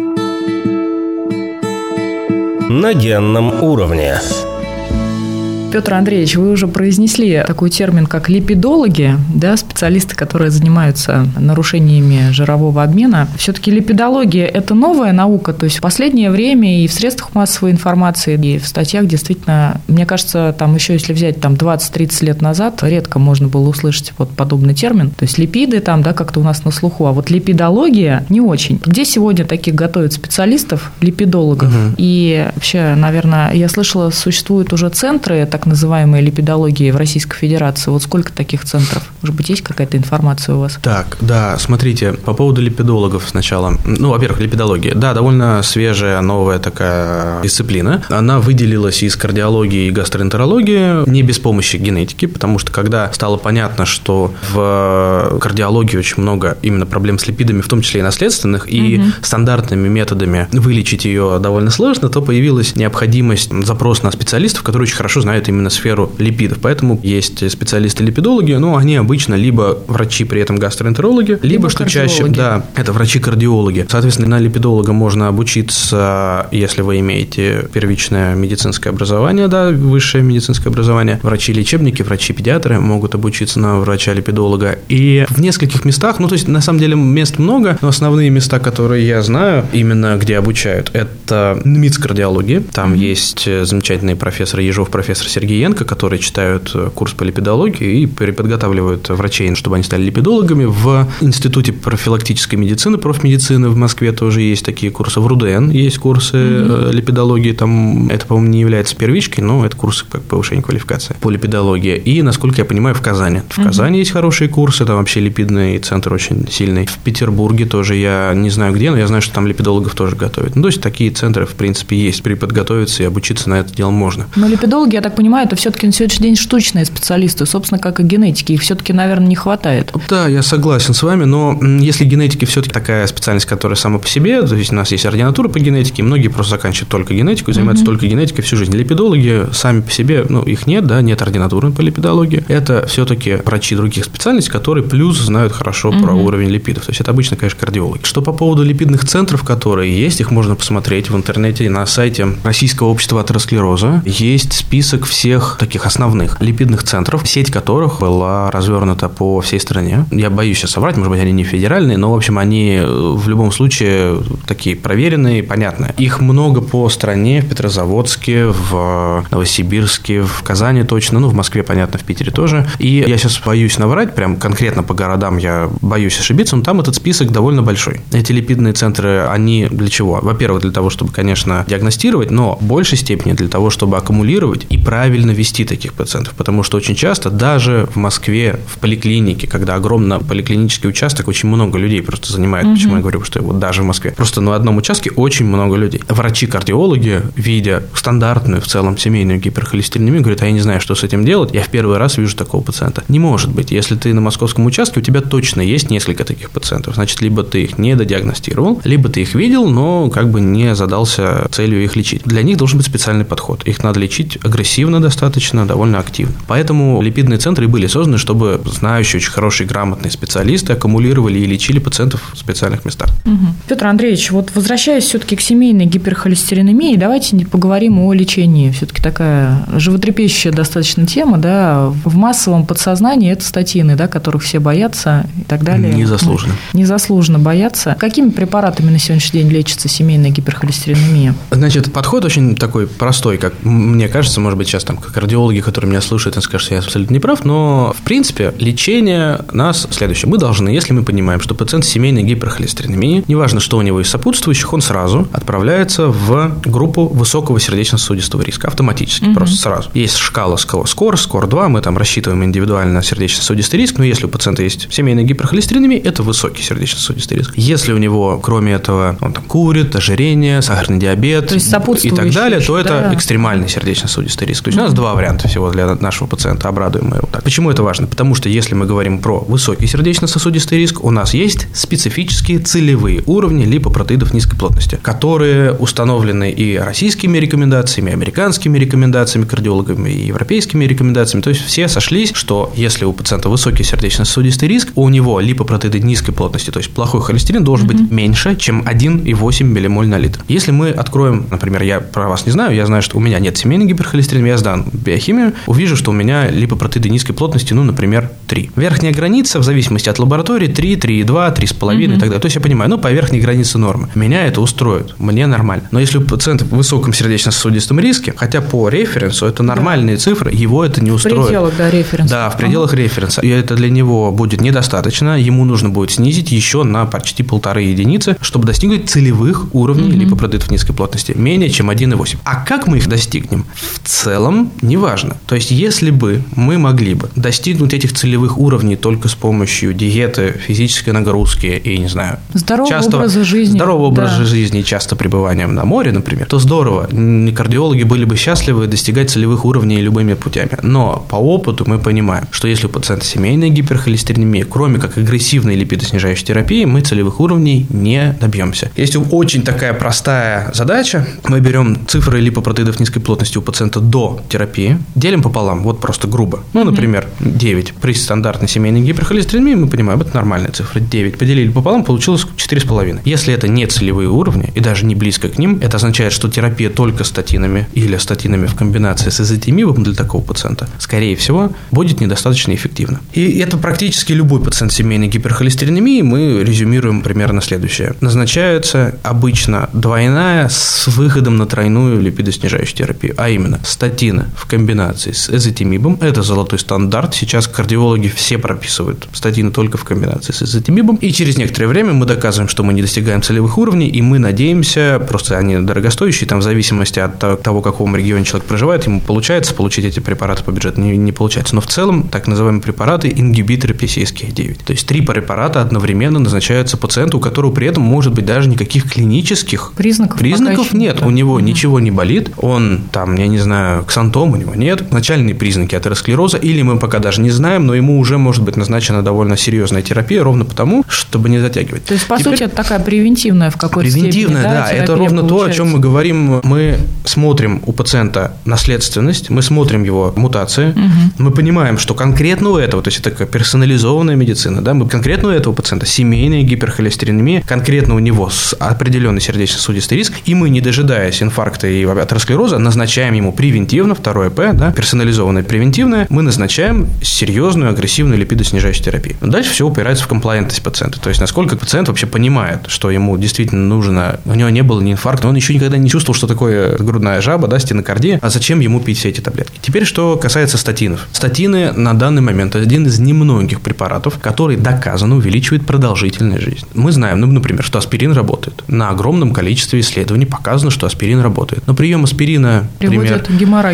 На генном уровне. Петр Андреевич, вы уже произнесли такой термин, как липидологи, да, специалисты, которые занимаются нарушениями жирового обмена. Все-таки липидология – это новая наука, то есть в последнее время и в средствах массовой информации, и в статьях действительно, мне кажется, там еще если взять там двадцать-тридцать лет назад, редко можно было услышать вот подобный термин. То есть липиды там, да, как-то у нас на слуху, а вот липидология не очень. Где сегодня таких готовят специалистов, липидологов? Угу. И вообще, наверное, я слышала, существуют уже центры, так называемой липидологии в Российской Федерации. Вот сколько таких центров? Может быть, есть какая-то информация у вас? Так, да, смотрите, по поводу липидологов сначала. Ну, во-первых, липидология. Да, довольно свежая, новая такая дисциплина. Она выделилась из кардиологии и гастроэнтерологии не без помощи генетики, потому что когда стало понятно, что в кардиологии очень много именно проблем с липидами, в том числе и наследственных, и угу. стандартными методами вылечить ее довольно сложно, то появилась необходимость, запрос на специалистов, которые очень хорошо знают именно сферу липидов. Поэтому есть специалисты-липидологи, но они обычно либо врачи, при этом гастроэнтерологи, либо, либо что чаще, да, это врачи-кардиологи. Соответственно, на липидолога можно обучиться, если вы имеете первичное медицинское образование, да, высшее медицинское образование. Врачи-лечебники, врачи-педиатры могут обучиться на врача-липидолога. И в нескольких местах, ну, то есть, на самом деле, мест много, но основные места, которые я знаю, именно где обучают, это МИЦ кардиологии. Там mm-hmm. есть замечательный профессор Ежов, профессор Сергеенко, которые читают курс по липидологии и переподготавливают врачей, чтобы они стали липидологами. В Институте профилактической медицины, профмедицины в Москве тоже есть такие курсы. В РУДН есть курсы mm-hmm. липидологии. Там это, по-моему, не является первичкой, но это курсы как повышение квалификации по липидологии. И, насколько я понимаю, в Казани. В mm-hmm. Казани есть хорошие курсы, там вообще липидный центр очень сильный. В Петербурге тоже, я не знаю где, но я знаю, что там липидологов тоже готовят. Ну, то есть, такие центры, в принципе, есть. Приподготовиться и обучиться на это дело можно. Но липидологи, я так понимаю, это все-таки на сегодняшний день штучные специалисты, собственно, как и генетики, их все-таки, наверное, не хватает. Да, я согласен с вами, но если генетики все-таки такая специальность, которая сама по себе, то есть у нас есть ординатура по генетике, многие просто заканчивают только генетику, занимаются mm-hmm. только генетикой всю жизнь. Липидологи сами по себе, ну, их нет, да, нет ординатуры по липидологии. Это все-таки врачи других специальностей, которые плюс знают хорошо mm-hmm. про уровень липидов. То есть это обычно, конечно, кардиологи. Что по поводу липидных центров, которые есть, их можно посмотреть в интернете на сайте Российского общества атеросклероза. Есть список всех таких основных липидных центров, сеть которых была развернута по всей стране. Я боюсь сейчас соврать, может быть, они не федеральные, но, в общем, они в любом случае такие проверенные, понятные. Их много по стране, в Петрозаводске, в Новосибирске, в Казани точно, ну, в Москве, понятно, в Питере тоже. И я сейчас боюсь наврать, прям конкретно по городам я боюсь ошибиться, но там этот список довольно большой. Эти липидные центры, они для чего? Во-первых, для того, чтобы, конечно, диагностировать, но в большей степени для того, чтобы аккумулировать и правильно правильно вести таких пациентов, потому что очень часто даже в Москве, в поликлинике, когда огромный поликлинический участок, очень много людей просто занимает, угу. почему я говорю, что вот даже в Москве, просто на одном участке очень много людей. Врачи-кардиологи, видя стандартную в целом семейную гиперхолестеринемию, говорят, а я не знаю, что с этим делать, я в первый раз вижу такого пациента. Не может быть. Если ты на московском участке, у тебя точно есть несколько таких пациентов. Значит, либо ты их не додиагностировал, либо ты их видел, но как бы не задался целью их лечить. Для них должен быть специальный подход. Их надо лечить агрессивно достаточно, довольно активно. Поэтому липидные центры были созданы, чтобы знающие, очень хорошие, грамотные специалисты аккумулировали и лечили пациентов в специальных местах. Угу. Петр Андреевич, вот возвращаясь все-таки к семейной гиперхолестеринемии, давайте поговорим о лечении. Все-таки такая животрепещущая достаточно тема, да, в массовом подсознании это статины, да, которых все боятся и так далее. Незаслуженно. Незаслуженно боятся. Какими препаратами на сегодняшний день лечится семейная гиперхолестеринемия? Значит, подход очень такой простой, как мне кажется, может быть, сейчас там кардиологи, которые меня слушают, скажут, что я абсолютно не прав, но в принципе лечение нас следующее. Мы должны, если мы понимаем, что пациент с семейной гиперхолестеринемией, неважно, что у него из сопутствующих, он сразу отправляется в группу высокого сердечно-сосудистого риска автоматически, угу. просто сразу. Есть шкала скор, скор два, мы там рассчитываем индивидуально сердечно-сосудистый риск, но если у пациента есть семейная гиперхолестеринемия, это высокий сердечно-сосудистый риск. Если у него, кроме этого, он там курит, ожирение, сахарный диабет и так далее, то это да. экстремальный сердечно-сосудистый риск. То есть mm-hmm. у нас два варианта всего для нашего пациента, обрадуем мы его так. Почему это важно? Потому что если мы говорим про высокий сердечно-сосудистый риск, у нас есть специфические целевые уровни липопротеидов низкой плотности, которые установлены и российскими рекомендациями, и американскими рекомендациями, кардиологами, и европейскими рекомендациями. То есть все сошлись, что если у пациента высокий сердечно-сосудистый риск, у него липопротеиды низкой плотности, то есть плохой холестерин должен mm-hmm. быть меньше, чем один и восемь миллимоль на литр. Если мы откроем, например, я про вас не знаю, я знаю, что у меня нет семейной гиперхолестеринемии, я сдам биохимию, увижу, что у меня липопротеиды низкой плотности, ну, например, три. Верхняя граница, в зависимости от лаборатории, три, три и два, три с половиной и так далее. То есть я понимаю, ну, по верхней границе нормы. Меня это устроит, мне нормально. Но если у пациента в высоком сердечно-сосудистом риске, хотя по референсу это нормальные да. цифры, его это не устроит. В пределах, да, референса. Да, в пределах ага. референса. И это для него будет недостаточно, ему нужно будет снизить еще на почти полторы единицы, чтобы достигнуть целевых уровней mm-hmm. липопротеидов низкой плотности, менее чем один и восемь. А как мы их достигнем? В целом, неважно. То есть, если бы мы могли бы достигнуть этих целевых уровней только с помощью диеты, физической нагрузки и, не знаю, здорового часто, образа жизни, здорового да. образа жизни и часто пребыванием на море, например, то здорово. Кардиологи были бы счастливы достигать целевых уровней любыми путями. Но по опыту мы понимаем, что если у пациента семейная гиперхолестеринемия, кроме как агрессивной липидоснижающей терапии, мы целевых уровней не добьемся. Есть очень такая простая задача. Мы берем цифры липопротеидов низкой плотности у пациента до терапии, делим пополам, вот просто грубо. Ну, например, девять. При стандартной семейной гиперхолестеринемии мы понимаем, это нормальная цифра. девять. Поделили пополам, получилось четыре с половиной. Если это не целевые уровни и даже не близко к ним, это означает, что терапия только статинами или статинами в комбинации с эзотимибом для такого пациента, скорее всего, будет недостаточно эффективно. И это практически любой пациент с семейной гиперхолестеринемией. Мы резюмируем примерно следующее. Назначается обычно двойная с выходом на тройную липидоснижающую терапию, а именно статины в комбинации с эзотимибом. Это золотой стандарт. Сейчас кардиологи все прописывают статины только в комбинации с эзотимибом. И через некоторое время мы доказываем, что мы не достигаем целевых уровней, и мы надеемся, просто они дорогостоящие, там в зависимости от того, в каком регионе человек проживает, ему получается получить эти препараты по бюджету, не, не получается. Но в целом, так называемые препараты ингибиторы пи си эс кей девять. То есть три препарата одновременно назначаются пациенту, у которого при этом может быть даже никаких клинических признаков, признаков нет. Да. У него mm-hmm. ничего не болит, он там, я не знаю, ксантом у него нет, начальные признаки атеросклероза, или мы пока даже не знаем, но ему уже может быть назначена довольно серьезная терапия, ровно потому, чтобы не затягивать. То есть, по Теперь... сути, это такая превентивная в какой-то превентивная, степени, да, да это ровно получается. То, о чем мы говорим. Мы смотрим у пациента наследственность, мы смотрим его мутации, угу. мы понимаем, что конкретно у этого, то есть это такая персонализованная медицина, да, мы конкретно у этого пациента семейная гиперхолестеринемия, конкретно у него определенный сердечно-сосудистый риск, и мы, не дожидаясь инфаркта и атеросклероза, назначаем ему превентивно, второе П, да, персонализованное превентивное, мы назначаем серьезную агрессивную липидоснижающую терапию. Но дальше все упирается в комплаентность пациента, то есть насколько пациент вообще понимает, что ему действительно нужно, у него не было ни инфаркта, он еще никогда не чувствовал, что такое грудная жаба, да, стенокардия, а зачем ему пить все эти таблетки. Теперь, что касается статинов. Статины на данный момент один из немногих препаратов, который доказанно увеличивает продолжительность жизни. Мы знаем, ну, например, что аспирин работает. На огромном количестве исследований показано, что аспирин работает. Но прием аспирина... Приводит пример, геморрагию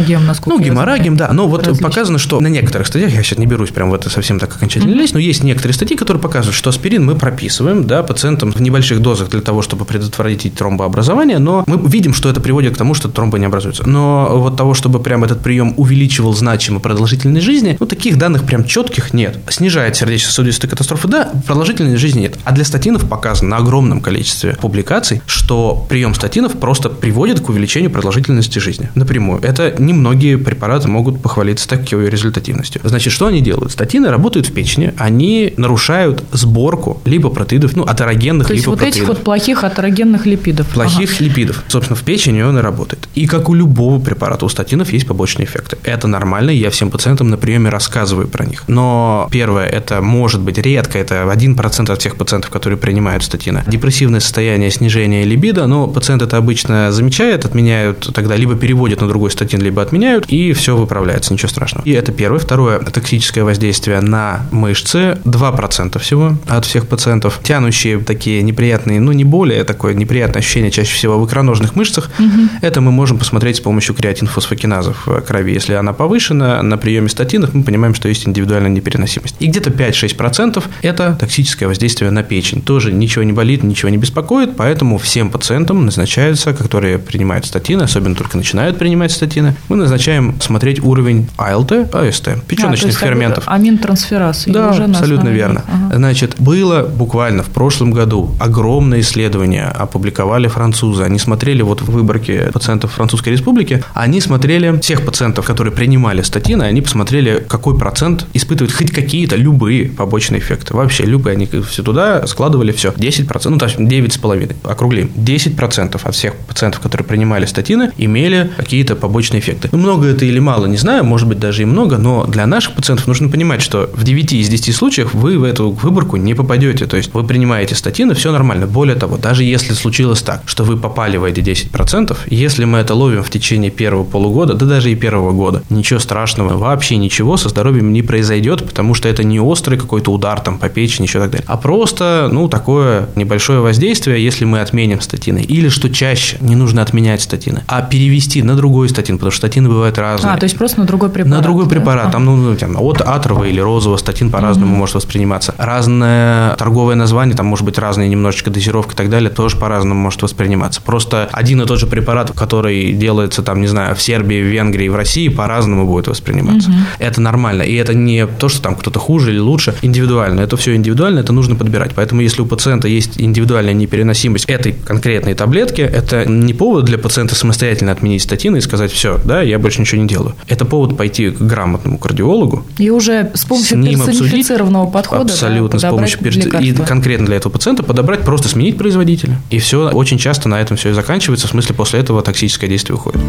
геморрагием, насколько Ну, геморрагием, да. Но вот различные. Показано, что на некоторых статьях, я сейчас не берусь прям в это совсем так окончательно лезть, но есть некоторые статьи, которые показывают, что аспирин мы прописываем, да, пациентам в небольших дозах для того, чтобы предотвратить тромбообразование, но мы видим, что это приводит к тому, что тромбы не образуются. Но вот того, чтобы прям этот прием увеличивал значимо продолжительность жизни, ну, таких данных прям четких нет. Снижает сердечно-сосудистые катастрофы, да, продолжительность жизни нет. А для статинов показано на огромном количестве публикаций, что прием статинов просто приводит к увеличению продолжительности жизни напрямую. Это немногие препараты могут похвалиться такой результативностью. Значит, что они делают? Статины работают в печени, они нарушают сборку липопротеидов, ну, атерогенных То есть липопротеидов. вот этих вот плохих атерогенных липидов. Плохих ага. липидов. Собственно, в печени он и работает. И как у любого препарата, у статинов есть побочные эффекты. Это нормально, я всем пациентам на приеме рассказываю про них. Но первое, это может быть редко, это один процент от всех пациентов, которые принимают статины. Депрессивное состояние, снижение либидо, но пациент это обычно замечает, отменяют, тогда либо переводят на другой статин, либо отменяют, и все выправляется, ничего страшного. И это первое. Второе, токсическое воздействие на мышцы, два процента всего от всех пациентов. Тянущие такие неприятные, ну не боли, а такое неприятное ощущение чаще всего в икроножных мышцах. Угу. Это мы можем посмотреть с помощью креатинфосфокиназов в крови. Если она повышена на приеме статинов, мы понимаем, что есть индивидуальная непереносимость. И где-то пять-шесть процентов это токсическое воздействие на печень. Тоже ничего не болит, ничего не беспокоит, поэтому всем пациентам назначаются, которые принимают статины, особенно только начинают принимать статины, мы назначаем смотреть уровень АЛТ, АСТ, печеночных а, ферментов. Аминтрансфераз. Да, уже абсолютно верно. Ага. Значит, было буквально в прошлом году огромное исследование, опубликовали французы. Они смотрели вот в выборке пациентов Французской Республики, они смотрели всех пациентов, которые принимали статины, они посмотрели, какой процент испытывает хоть какие-то, любые побочные эффекты. Вообще любые, они все туда складывали, все. десять процентов, ну, то есть девять с половиной, округлим. десять процентов от всех пациентов, которые принимали статины, имели какие-то побочные эффекты. Ну, много это или мало, не знаю, может быть, даже и много, но для наших пациентов нужно понимать, что в девяти из десяти случаях вы в эту выборку не попадете. То есть вы принимаете статины, все нормально. Более того, даже если случилось так, что вы попали в эти десять процентов, если мы это ловим в течение первого полугода, да даже и первого года, ничего страшного, вообще ничего со здоровьем не произойдет, потому что это не острый какой-то удар там по печени, еще так далее, а просто, ну, такое небольшое воздействие, если мы отменим статины. Или, что чаще, не нужно отменять статины, а перевести на другой статин, потому что статины бывают разные. А, то есть просто на другой препарат. На другой да? препарат. А. Там, ну, там, от атрового или розового статин по-разному mm-hmm. может восприниматься. Разное торговое название, там может быть разные немножечко дозировка и так далее, тоже по-разному может восприниматься. Просто один и тот же препарат, который делается, там, не знаю, в Сербии, в Венгрии, в России, по-разному будет восприниматься. Mm-hmm. Это нормально. И это не то, что там кто-то хуже или лучше, индивидуально. Это все индивидуально, это нужно подбирать. Поэтому, если у пациента есть индивидуальная непереносимость этой конкретной таблетки, это не повод для пациента самостоятельно отменить статины и сказать: все, да, я больше ничего не делаю. Это повод пойти к грамотному кардиологу. И уже с помощью с персонифицированного подхода. Абсолютно, да, с помощью персонифицированного. И конкретно для этого пациента подобрать, просто сменить производителя. И все, очень часто на этом все и заканчивается. В смысле, после этого токсическое действие уходит.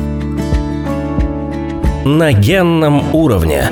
На генном уровне.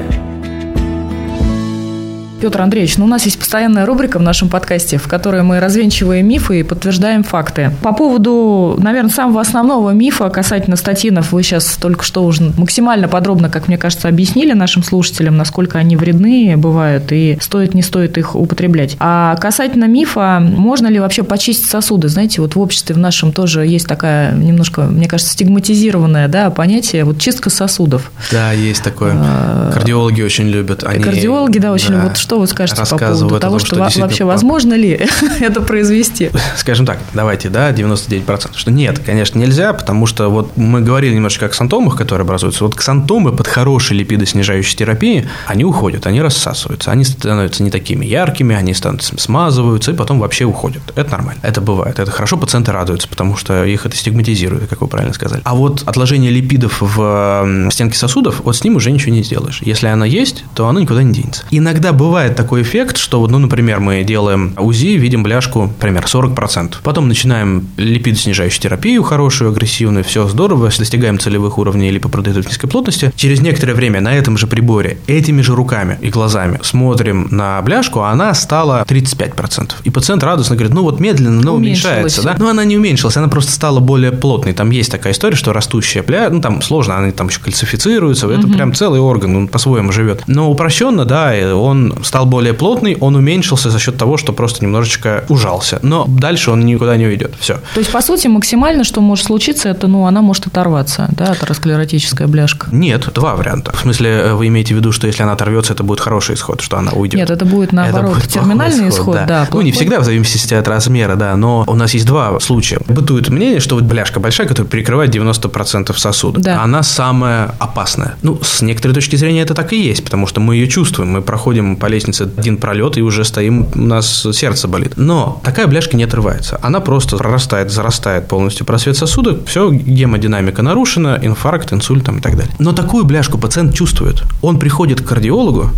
Петр Андреевич, ну у нас есть постоянная рубрика в нашем подкасте, в которой мы развенчиваем мифы и подтверждаем факты. По поводу, наверное, самого основного мифа касательно статинов вы сейчас только что уже максимально подробно, как мне кажется, объяснили нашим слушателям, насколько они вредны бывают и стоит, не стоит их употреблять. А касательно мифа, можно ли вообще почистить сосуды? Знаете, вот в обществе в нашем тоже есть такая немножко, мне кажется, стигматизированное, да, понятие, вот чистка сосудов. Да, есть такое. Кардиологи очень любят. Они... Кардиологи, да, очень любят. Что вы скажете по поводу того, что, что вообще возможно ли это произвести? Скажем так, давайте, да, девяносто девять процентов, что нет, конечно, нельзя, потому что вот мы говорили немножечко о ксантомах, которые образуются. Вот ксантомы под хорошей липидоснижающей терапией, они уходят, они рассасываются, они становятся не такими яркими, они становятся, смазываются и потом вообще уходят. Это нормально, это бывает, это хорошо, пациенты радуются, потому что их это стигматизирует, как вы правильно сказали. А вот отложение липидов в стенке сосудов, вот с ним уже ничего не сделаешь. Если оно есть, то оно никуда не денется. Иногда бывает такой эффект, что, ну, например, мы делаем УЗИ, видим бляшку, например, сорок процентов. Потом начинаем липидоснижающую терапию хорошую, агрессивную, все здорово, достигаем целевых уровней липопротеидов низкой плотности. Через некоторое время на этом же приборе, этими же руками и глазами смотрим на бляшку, а она стала тридцать пять процентов. И пациент радостно говорит: ну вот медленно, но уменьшается. Да? Но она не уменьшилась, она просто стала более плотной. Там есть такая история, что растущая бляшка, ну там сложно, они там еще кальцифицируются, это угу. прям целый орган, он по-своему живет. Но упрощенно, да, он стал более плотный, он уменьшился за счет того, что просто немножечко ужался. Но дальше он никуда не уйдет. Все. То есть, по сути, максимально, что может случиться, это, ну, она может оторваться, да, атеросклеротическая бляшка? Нет, два варианта. В смысле, вы имеете в виду, что если она оторвется, это будет хороший исход, что она уйдет? Нет, это будет, наоборот, это будет терминальный исход, исход да. да ну, не всегда в зависимости от размера, да, но у нас есть два случая. Бытует мнение, что вот бляшка большая, которая перекрывает девяносто процентов сосуда, да. она самая опасная. Ну, с некоторой точки зрения это так и есть, потому что мы ее чувствуем, мы проходим по лестнице один пролет и уже стоим, у нас сердце болит. Но такая бляшка не отрывается, она просто прорастает, зарастает полностью просвет сосуда, все, гемодинамика нарушена, инфаркт, инсульт там, и так далее. Но такую бляшку пациент чувствует. Он приходит к кардиологу,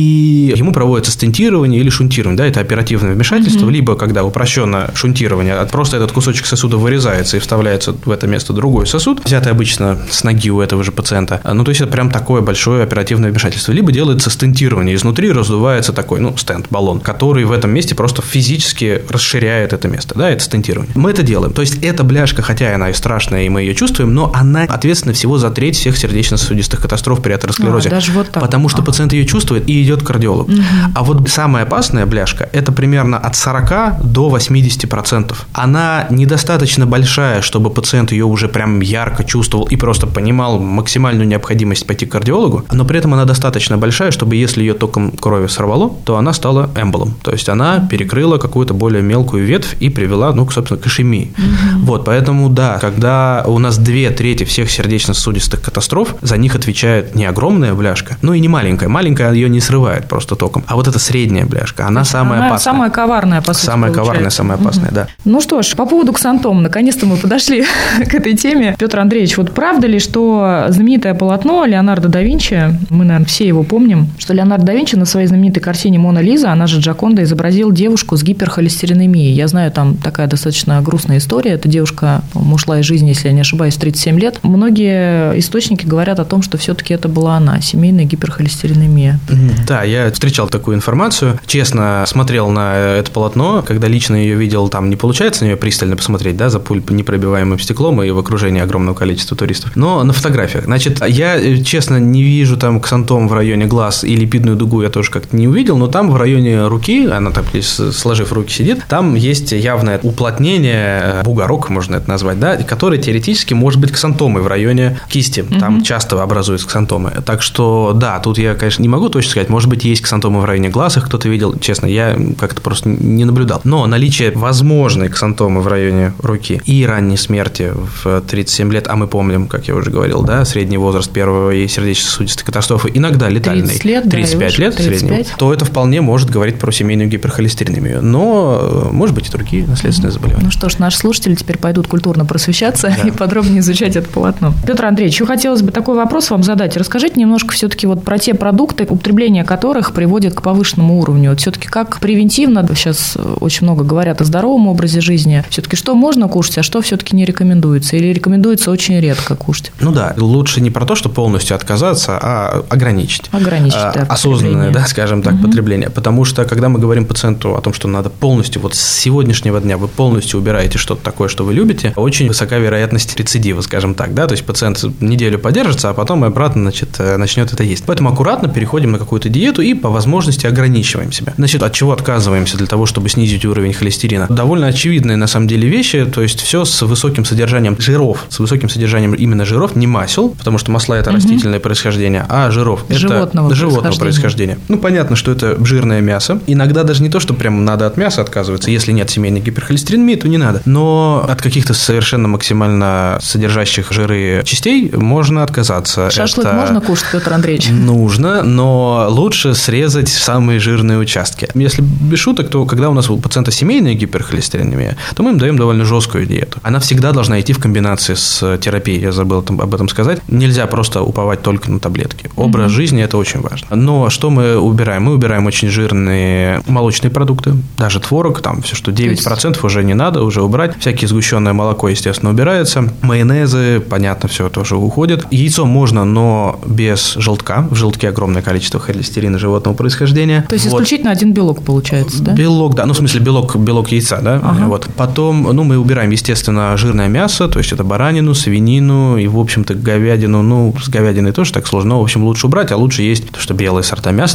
и ему проводится стентирование или шунтирование, да, это оперативное вмешательство, mm-hmm. либо когда упрощенное шунтирование, просто этот кусочек сосуда вырезается и вставляется в это место другой сосуд, взятый обычно с ноги у этого же пациента. Ну, то есть это прям такое большое оперативное вмешательство. Либо делается стентирование, изнутри раздувается такой, ну, стенд, баллон, который в этом месте просто физически расширяет это место, да, это стентирование. Мы это делаем. То есть эта бляшка, хотя она и страшная, и мы ее чувствуем, но она ответственна всего за треть всех сердечно-сосудистых катастроф при атеросклерозе. А, даже вот так. Потому что а. пациент ее чувствует и идет к кардиологу. Угу. А вот самая опасная бляшка, это примерно от сорока до восьмидесяти процентов. Она недостаточно большая, чтобы пациент ее уже прям ярко чувствовал и просто понимал максимальную необходимость пойти к кардиологу, но при этом она достаточно большая, чтобы если ее током крови сорвало, то она стала эмболом. То есть она перекрыла какую-то более мелкую ветвь и привела, ну, собственно, к ишемии. Угу. Вот, поэтому, да, когда у нас две трети всех сердечно-сосудистых катастроф, за них отвечает не огромная бляшка, ну и не маленькая. Маленькая ее не срывает просто током, а вот эта средняя бляшка, она самая она опасная. Самая коварная, по сути, Самая получается. коварная, самая опасная, угу. да. Ну что ж, по поводу ксантом, наконец-то мы подошли к этой теме. Петр Андреевич, вот правда ли, что знаменитое полотно Леонардо да Винчи, мы, наверное, все его помним, что Леонардо да Винчи на своей знаменитой картине «Мона Лиза», она же Джаконда, изобразил девушку с гиперхолестеринемией. Я знаю, там такая достаточно грустная история. Эта девушка ушла из жизни, если я не ошибаюсь, в тридцать семь лет. Многие источники говорят о том, что все-таки это была она, семейная гиперхолестеринемия. Да, я встречал такую информацию. Честно, смотрел на это полотно. Когда лично ее видел, там не получается на нее пристально посмотреть, да, за пуленепробиваемым стеклом и в окружении огромного количества туристов. Но на фотографиях. Значит, я, честно, не вижу там ксантом в районе глаз и липидную дугу я тоже как-то не увидел, но там в районе руки, она так, сложив руки, сидит, там есть явное уплотнение, бугорок, можно это назвать, да, который теоретически может быть ксантомой в районе кисти. Mm-hmm. Там часто образуются ксантомы. Так что, да, тут я, конечно, не могу точно сказать, может быть, есть ксантомы в районе глаз, их кто-то видел, честно, я как-то просто не наблюдал. Но наличие возможной ксантомы в районе руки и ранней смерти в тридцать семь лет, а мы помним, как я уже говорил, да, средний возраст первой сердечно-сосудистой катастрофы, иногда летальный, тридцать лет, тридцать пять да, лет в среднем, то это вполне может говорить про семейную гиперхолестеринемию. Но, может быть, и другие наследственные заболевания. Ну что ж, наши слушатели теперь пойдут культурно просвещаться да. и подробнее изучать это полотно. Петр Андреевич, еще хотелось бы такой вопрос вам задать. Расскажите немножко все-таки вот про те продукты, употребление которых приводит к повышенному уровню. Вот все-таки как превентивно, сейчас очень много говорят о здоровом образе жизни, все-таки что можно кушать, а что все-таки не рекомендуется? Или рекомендуется очень редко кушать? Ну да, лучше не про то, что полностью отказаться, а ограничить. Ограничить, да, осознанное, да, скажем так, угу. потребление. Потому что, когда мы говорим пациенту о том, что надо полностью, вот с сегодняшнего дня вы полностью убираете что-то такое, что вы любите, очень высока вероятность рецидива, скажем так, да, то есть пациент неделю подержится, а потом обратно, значит, начнет это есть. Поэтому аккуратно переходим на какую-то диету и по возможности ограничиваем себя. Значит, от чего отказываемся для того, чтобы снизить уровень холестерина? Довольно очевидные на самом деле вещи, то есть все с высоким содержанием жиров, с высоким содержанием именно жиров, не масел, потому что масла это угу. растительное происхождение, а жиров животного это животного происхождения. Ну, понятно, что это жирное мясо. Иногда даже не то, что прям надо от мяса отказываться, если нет семейной гиперхолестеринемии, то не надо. Но от каких-то совершенно максимально содержащих жиры частей можно отказаться. Шашлык это можно кушать, Петр Андреевич? Нужно, но лучше срезать самые жирные участки. Если без шуток, то когда у нас у пациента семейная гиперхолестеринемия, то мы им даем довольно жесткую диету. Она всегда должна идти в комбинации с терапией, я забыл об этом сказать. Нельзя просто уповать только на таблетки. Образ mm-hmm. жизни – это очень важно. Но что мы убираем? Мы убираем очень жирные молочные продукты, даже творог, там все, что девять процентов уже не надо, уже убрать. Всякие сгущенное молоко, естественно, убирается. Майонезы, понятно, все тоже уходит. Яйцо можно, но без желтка. В желтке огромное количество холестерина животного происхождения. То есть вот. Исключительно один белок получается, да? Белок, да. Ну, в смысле, белок, белок яйца, да. Ага. Вот. Потом, ну, мы убираем, естественно, жирное мясо, то есть это баранину, свинину и, в общем-то, говядину. Ну, с говядиной тоже так сложно. В общем, лучше убрать, а лучше есть то, что белые сорта мяса, да, ну, птица,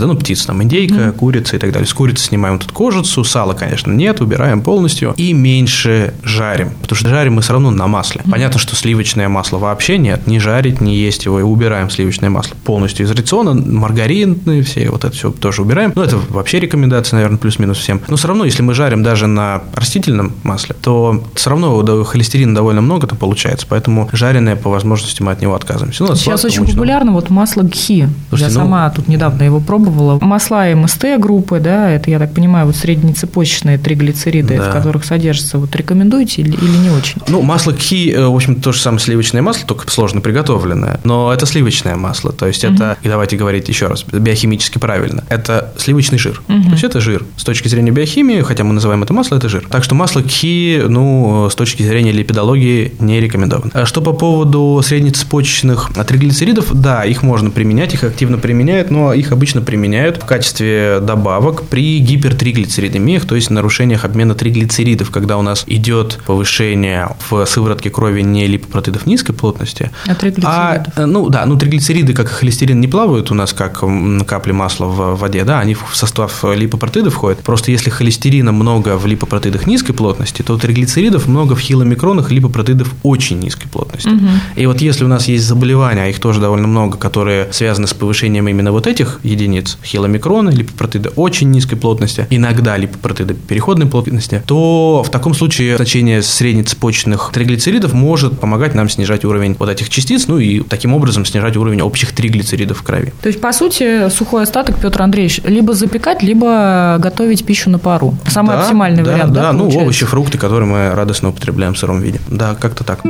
там индейка, mm-hmm. курица и так далее. С курицы снимаем тут кожицу, сала, конечно, нет, убираем полностью и меньше жарим, потому что жарим мы все равно на масле. Mm-hmm. Понятно, что сливочное масло вообще нет, не жарить, не есть его, и убираем сливочное масло полностью из рациона, маргаринные все, вот это все тоже убираем. Ну, это вообще рекомендация, наверное, плюс-минус всем. Но все равно, если мы жарим даже на растительном масле, то все равно холестерина довольно много-то получается, поэтому жареное по возможности мы от него отказываемся. Ну, сейчас очень популярно вот масло гхи. Слушайте, я ну... сама тут недавно его пробовала. Масла эм эс тэ группы, да, это, я так понимаю, вот среднецепочечные триглицериды, да. в которых содержится. Вот рекомендуете или, или не очень? Ну, масло гхи, в общем, то же самое сливочное масло, только сложно приготовленное, но это сливочное масло, то есть угу. это, и давайте говорить еще раз, биохимически правильно, это сливочный жир. Угу. То есть это жир. С точки зрения биохимии, хотя мы называем это масло, это жир. Так что масло гхи, ну, с точки зрения липидологии, не рекомендовано. А что по поводу среднецепочечных триглицеридов, да, их можно применять, их активно применяют, но их обычно применяют в качестве добавок при гипертриглицеридемиях, то есть нарушениях обмена триглицеридов, когда у нас идет повышение в сыворотке крови не липопротеидов низкой плотности, а триглицеридов. А, ну да, ну триглицериды, как и холестерин, не плавают у нас, как капли масла в воде, да, они в состав липопротеидов входят. Просто если холестерина много в липопротеидах низкой плотности, то триглицеридов много в хиломикронах липопротеидов очень низкой плотности. Угу. И вот если у нас есть заболевания, а их тоже довольно много, которые связаны с повышением именно вот этих единиц, хиломикроны, липопротеиды очень низкой плотности, иногда липопротеиды переходной плотности, то в таком случае значение среднецепочечных триглицеридов может помогать нам снижать уровень вот этих частиц, ну и таким образом снижать уровень общих триглицеридов в крови. То есть, по сути, сухой остаток, Петр Андреевич, либо запекать, либо готовить пищу на пару. Самый да, оптимальный да, вариант, да, да, ну, овощи, фрукты, которые мы радостно употребляем в сыром виде. Да, как-то так.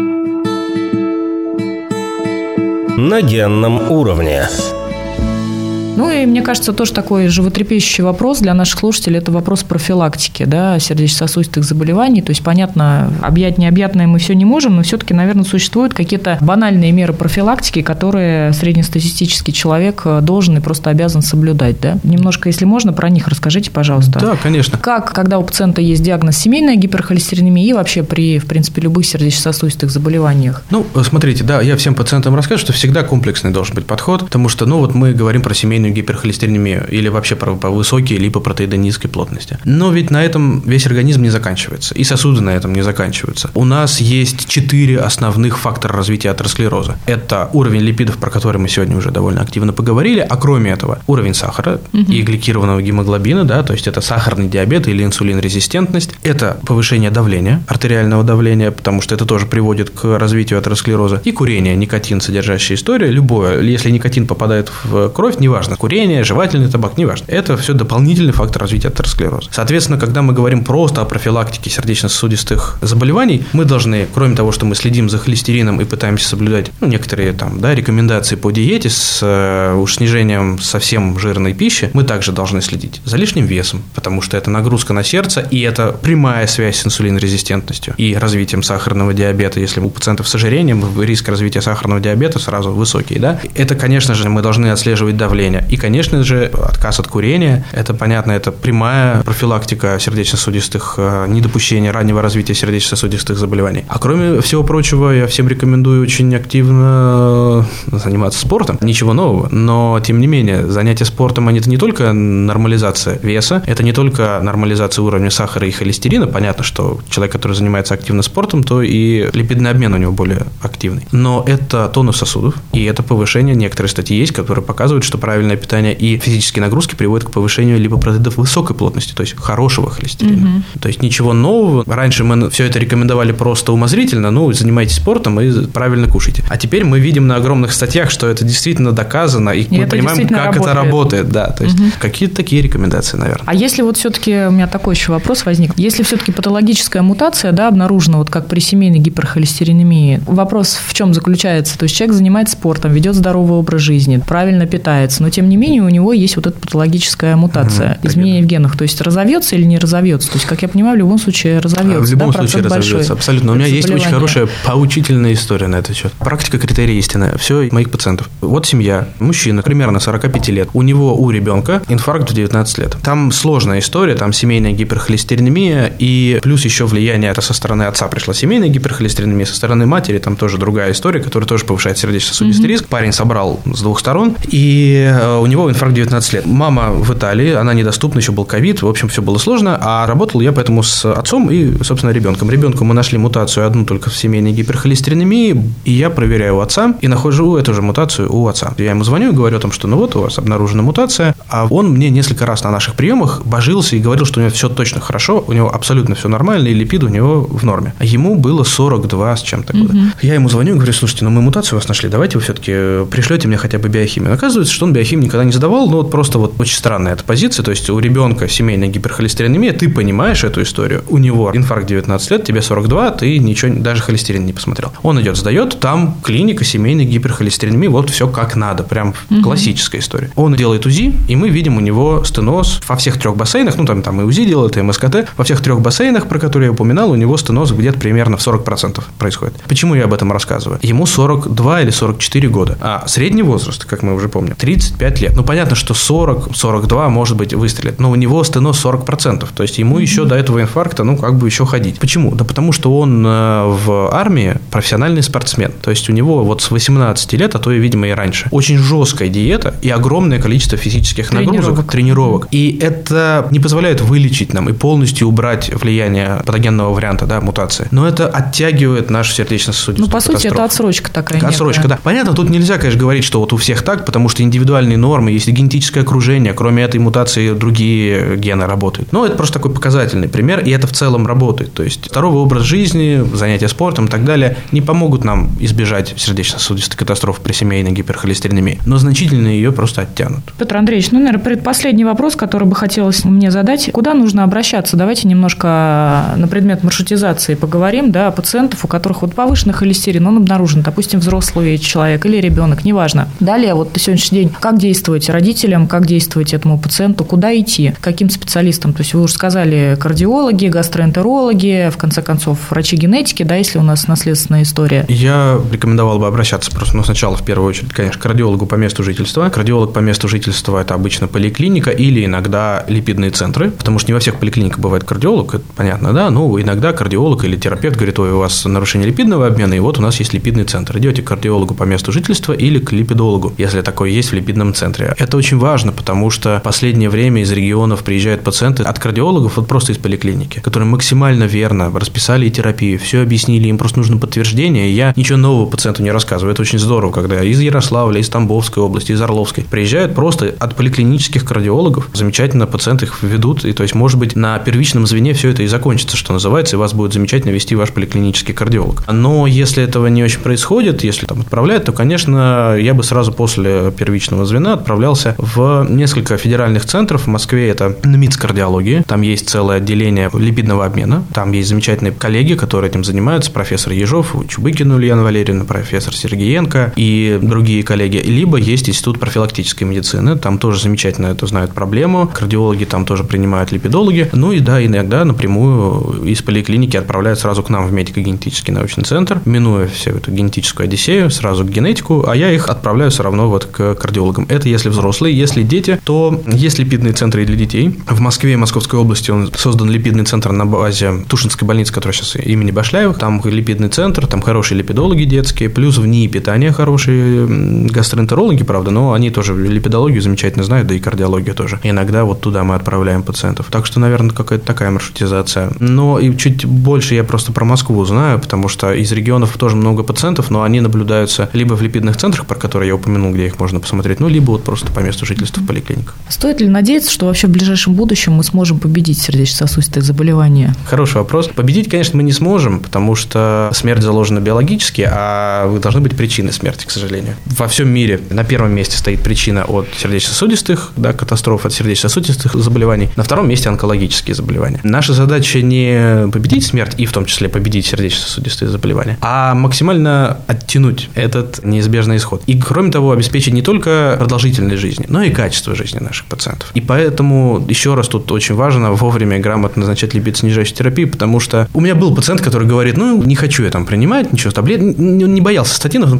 На генном уровне. Ну и мне кажется, тоже такой животрепещущий вопрос для наших слушателей – это вопрос профилактики, да, сердечно-сосудистых заболеваний. То есть, понятно, объять необъятное мы все не можем, но все-таки, наверное, существуют какие-то банальные меры профилактики, которые среднестатистический человек должен и просто обязан соблюдать, да? Немножко, если можно, про них расскажите, пожалуйста. Да, конечно. Как, когда у пациента есть диагноз семейная гиперхолестеринемия и вообще при, в принципе, любых сердечно-сосудистых заболеваниях? Ну, смотрите, да, я всем пациентам расскажу, что всегда комплексный должен быть подход, потому что, ну, вот мы говорим про семейную гиперхолестеринемию или вообще про, про высокие липопротеиды низкой плотности. Но ведь на этом весь организм не заканчивается, и сосуды на этом не заканчиваются. У нас есть четыре основных фактора развития атеросклероза. Это уровень липидов, про который мы сегодня уже довольно активно поговорили, а кроме этого уровень сахара угу. и гликированного гемоглобина, да, то есть это сахарный диабет или инсулинрезистентность, это повышение давления, артериального давления, потому что это тоже приводит к развитию атеросклероза, и курение, никотин содержащая история, любое, если никотин попадает в кровь, неважно, курение, жевательный табак, неважно. Это все дополнительный фактор развития атеросклероза. Соответственно, когда мы говорим просто о профилактике сердечно-сосудистых заболеваний, мы должны, кроме того, что мы следим за холестерином и пытаемся соблюдать ну, некоторые там, да, рекомендации по диете с э, уж снижением совсем жирной пищи, мы также должны следить за лишним весом, потому что это нагрузка на сердце, и это прямая связь с инсулинорезистентностью и развитием сахарного диабета. Если у пациентов с ожирением риск развития сахарного диабета сразу высокий, да, это, конечно же, мы должны отслеживать давление. И, конечно же, отказ от курения, это, понятно, это прямая профилактика сердечно-сосудистых, недопущения раннего развития сердечно-сосудистых заболеваний. А кроме всего прочего, я всем рекомендую очень активно заниматься спортом. Ничего нового, но, тем не менее, занятия спортом, они это не только нормализация веса, это не только нормализация уровня сахара и холестерина. Понятно, что человек, который занимается активно спортом, то и липидный обмен у него более активный. Но это тонус сосудов, и это повышение, некоторые статьи есть, которые показывают, что правильное питание и физические нагрузки приводят к повышению липопротеидов высокой плотности, то есть хорошего холестерина. Угу. То есть ничего нового. Раньше мы все это рекомендовали просто умозрительно, ну, занимайтесь спортом и правильно кушайте. А теперь мы видим на огромных статьях, что это действительно доказано, и, и мы понимаем, как работает. это работает. Да, то есть угу. какие-то такие рекомендации, наверное. А если вот все-таки, у меня такой еще вопрос возник, если все-таки патологическая мутация, да, обнаружена, вот как при семейной гиперхолестеринемии, вопрос в чем заключается? То есть человек занимается спортом, ведет здоровый образ жизни, правильно питается, но тем не менее у него есть вот эта патологическая мутация, угу, изменение в генах. То есть разовьется или не разовьется? То есть, как я понимаю, в любом случае разовьется. В любом да, случае разовьется, абсолютно. У меня есть очень хорошая поучительная история на этот счет. Практика критерия истины. Все моих пациентов. Вот семья, мужчина, примерно сорок пять лет. У него, у ребенка инфаркт в девятнадцать лет. Там сложная история, там семейная гиперхолестеринемия, и плюс еще влияние это со стороны отца пришла семейная гиперхолестеринемия, со стороны матери там тоже другая история, которая тоже повышает сердечно-сосудистый mm-hmm. риск. Парень собрал с двух сторон, и у него инфаркт в девятнадцать лет. Мама в Италии, она недоступна, еще был ковид, в общем, все было сложно, а работал я поэтому с отцом и, собственно, ребенком. Ребенку мы нашли мутацию одну только в семейной гиперхолестеринемии, и я проверяю у отца и нахожу эту же мутацию у отца. Я ему звоню и говорю о том, что ну вот у вас обнаружена мутация, а он мне несколько раз на наших приемах божился и говорил, что у него все точно хорошо, у него абсолютно все нормально, и липиды у него в норме. А ему было сорок два с чем-то года. Угу. Я ему звоню и говорю, слушайте, ну мы мутацию у вас нашли, давайте вы все-таки пришлете мне хотя бы биохимию. Оказывается, что он биохимию никогда не сдавал, но вот просто вот очень странная эта позиция, то есть у ребенка семейная гиперхолестеринемия, ты понимаешь эту историю, у него инфаркт девятнадцать лет, тебе сорок два, ты ничего, даже холестерин не посмотрел. Он идет, сдает, там клиника семейной гиперхолестеринемии, вот все как надо, прям угу. классическая история. Он делает УЗИ, и мы видим у него стеноз во всех трех бассейнах, ну там, там и УЗИ делает, и МСКТ, во всех трех бассейнах, про которые я упоминал, у него стеноз где-то примерно в сорок процентов происходит. Почему я об этом рассказываю? Ему сорок два или сорок четыре года, а средний возраст, как мы уже помним, тридцать пять лет. Ну, понятно, что сорок сорок два, может быть, выстрелит, но у него стеноз сорок процентов, то есть ему mm-hmm. еще до этого инфаркта, ну, как бы еще ходить. Почему? Да потому что он в армии профессиональный спортсмен, то есть у него вот с восемнадцати лет, а то и, видимо, и раньше, очень жесткая диета и огромное количество физических нагрузок, тренировок, тренировок. И это не позволяет вылечить нам и полностью убрать влияние патогенного варианта, да, мутации, но это оттягивает нашу сердечно-сосудистую Ну, по сути, это отсрочка такая. Отсрочка, некая. Да. Понятно, тут нельзя, конечно, говорить, что вот у всех так, потому что индивидуальные нормы, есть генетическое окружение, кроме этой мутации другие гены работают. Но это просто такой показательный пример, и это в целом работает. То есть здоровый образ жизни, занятия спортом и так далее не помогут нам избежать сердечно-сосудистой катастрофы при семейной гиперхолестеринемии, но значительно ее просто оттянут. Петр Андреевич, ну, наверное, предпоследний вопрос, который бы хотелось мне задать. Куда нужно обращаться? Давайте немножко на предмет маршрутизации поговорим, да, о пациентах, у которых вот повышенный холестерин, он обнаружен, допустим, взрослый человек или ребенок, неважно. Далее, вот на сегодняшний день, как действовать родителям, как действовать этому пациенту, куда идти, каким специалистам? То есть вы уже сказали, кардиологи, гастроэнтерологи, в конце концов, врачи генетики, да, если у нас наследственная история. Я рекомендовал бы обращаться просто, ну, сначала, в первую очередь, конечно, к кардиологу по месту жительства. Кардиолог по месту жительства – это обычно поликлиника или иногда липидные центры, потому что не во всех поликлиниках бывает кардиолог, это понятно, да, но иногда кардиолог или терапевт говорит, ой, у вас нарушение липидного обмена, и вот у нас есть липидный центр. Идете к кардиологу по месту жительства или к липидологу, если такое есть в липидном центре. Это очень важно, потому что в последнее время из регионов приезжают пациенты от кардиологов, вот просто из поликлиники, которые максимально верно расписали и терапию, все объяснили, им просто нужно подтверждение, и я ничего нового пациенту не рассказываю. Это очень здорово, когда из Ярославля, из Тамбовской области, из Орловской приезжают просто от поликлинических кардиологов, замечательно пациенты их ведут, и то есть, может быть, на первичном звене все это и закончится, что называется, и вас будет замечательно вести ваш поликлинический кардиолог. Но если этого не очень происходит, если там отправляют, то, конечно, я бы сразу после первичного звена отправлялся в несколько федеральных центров. В Москве это НМИЦ кардиологии, там есть целое отделение липидного обмена, там есть замечательные коллеги, которые этим занимаются, профессор Ежов, Чубыкина Ульяна Валерьевна, профессор Сергеенко и другие коллеги. Либо есть институт профилактической медицины, там тоже замечательно это знают проблему, кардиологи там тоже принимают липидологи, ну и да, иногда напрямую из поликлиники отправляют сразу к нам в медико-генетический научный центр, минуя всю эту генетическую одиссею, сразу к генетику, а я их отправляю все равно вот к кардиологам. Это если взрослые, если дети, то есть липидные центры для детей. В Москве и Московской области он создан липидный центр на базе Тушинской больницы, которая сейчас имени Башляева, там липидный центр, там хорошие липидологи детские, плюс в НИИ питания хорошие гастроэнтерологи, правда, но они тоже липидологию замечательно знают, да и кардиологию тоже. И иногда вот туда мы отправляем пациентов. Так что, наверное, какая-то такая маршрутизация. Но и чуть больше я просто про Москву знаю, потому что из регионов тоже много пациентов, но они наблюдаются либо в липидных центрах, про которые я упомянул, где их можно посмотреть, ну, либо вот просто по месту жительства в поликлиниках. Стоит ли надеяться, что вообще в ближайшем будущем мы сможем победить сердечно-сосудистые заболевания? Хороший вопрос. Победить, конечно, мы не сможем, потому что смерть заложена биологически, а должны быть причины смерти, к сожалению. Во всем мире на первом месте стоит причина от сердечно-сосудистых, да, катастроф, от сердечно-сосудистых заболеваний, на втором месте онкологические заболевания. Наша задача не победить смерть и в том числе победить сердечно-сосудистые заболевания, а максимально оттянуть этот неизбежный исход. И, кроме того, обеспечить не только продолжительность жизни, но и качество жизни наших пациентов. И поэтому, еще раз, тут очень важно вовремя и грамотно назначать липидоснижающую терапию, потому что у меня был пациент, который говорит, ну, не хочу я там принимать, ничего, таблет, не боялся статинов, он просто не хотел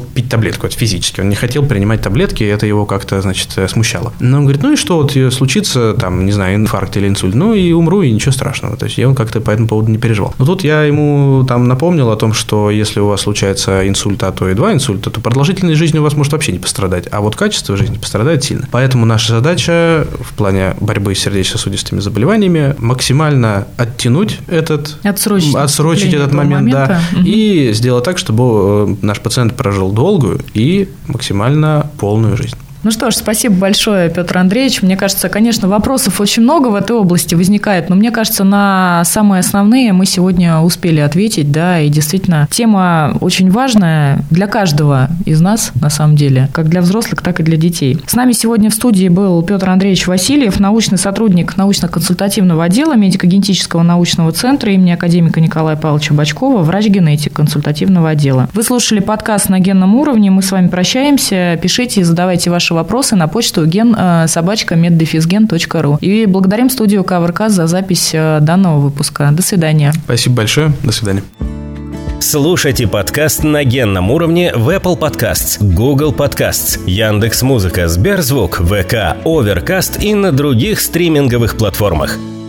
пить таблетку, это физически. Он не хотел принимать таблетки, это его как-то, значит, смущало. Но он говорит, ну и что, вот случится, там, не знаю, инфаркт или инсульт, ну и умру, и ничего страшного. То есть, и он как-то по этому поводу не переживал. Но тут я ему там напомнил о том, что если у вас случается инсульт, а то и два инсульта, то продолжительность жизни у вас может вообще не пострадать, а вот качество жизни пострадает сильно. Поэтому наша задача в плане борьбы с сердечно-сосудистыми заболеваниями максимально оттянуть этот, отсрочить, отсрочить этот момент, момента. Да, угу. и сделать так, чтобы наш пациент прожил долгую и максимально полную жизнь. Ну что ж, спасибо большое, Петр Андреевич. Мне кажется, конечно, вопросов очень много в этой области возникает, но мне кажется, на самые основные мы сегодня успели ответить, да, и действительно тема очень важная для каждого из нас, на самом деле, как для взрослых, так и для детей. С нами сегодня в студии был Петр Андреевич Васильев, научный сотрудник научно-консультативного отдела медико-генетического научного центра имени академика Николая Павловича Бочкова, врач-генетик консультативного отдела. Вы слушали подкаст «На генном уровне». Мы с вами прощаемся. Пишите и задавайте ваши вопросы на почту ген собачка меддефизген точка ру. И благодарим студию КВРК за запись данного выпуска. До свидания. Спасибо большое. До свидания. Слушайте подкаст «На генном уровне» в Apple Podcasts, Google Podcasts, Яндекс.Музыка, Сберзвук, ВК, Overcast и на других стриминговых платформах.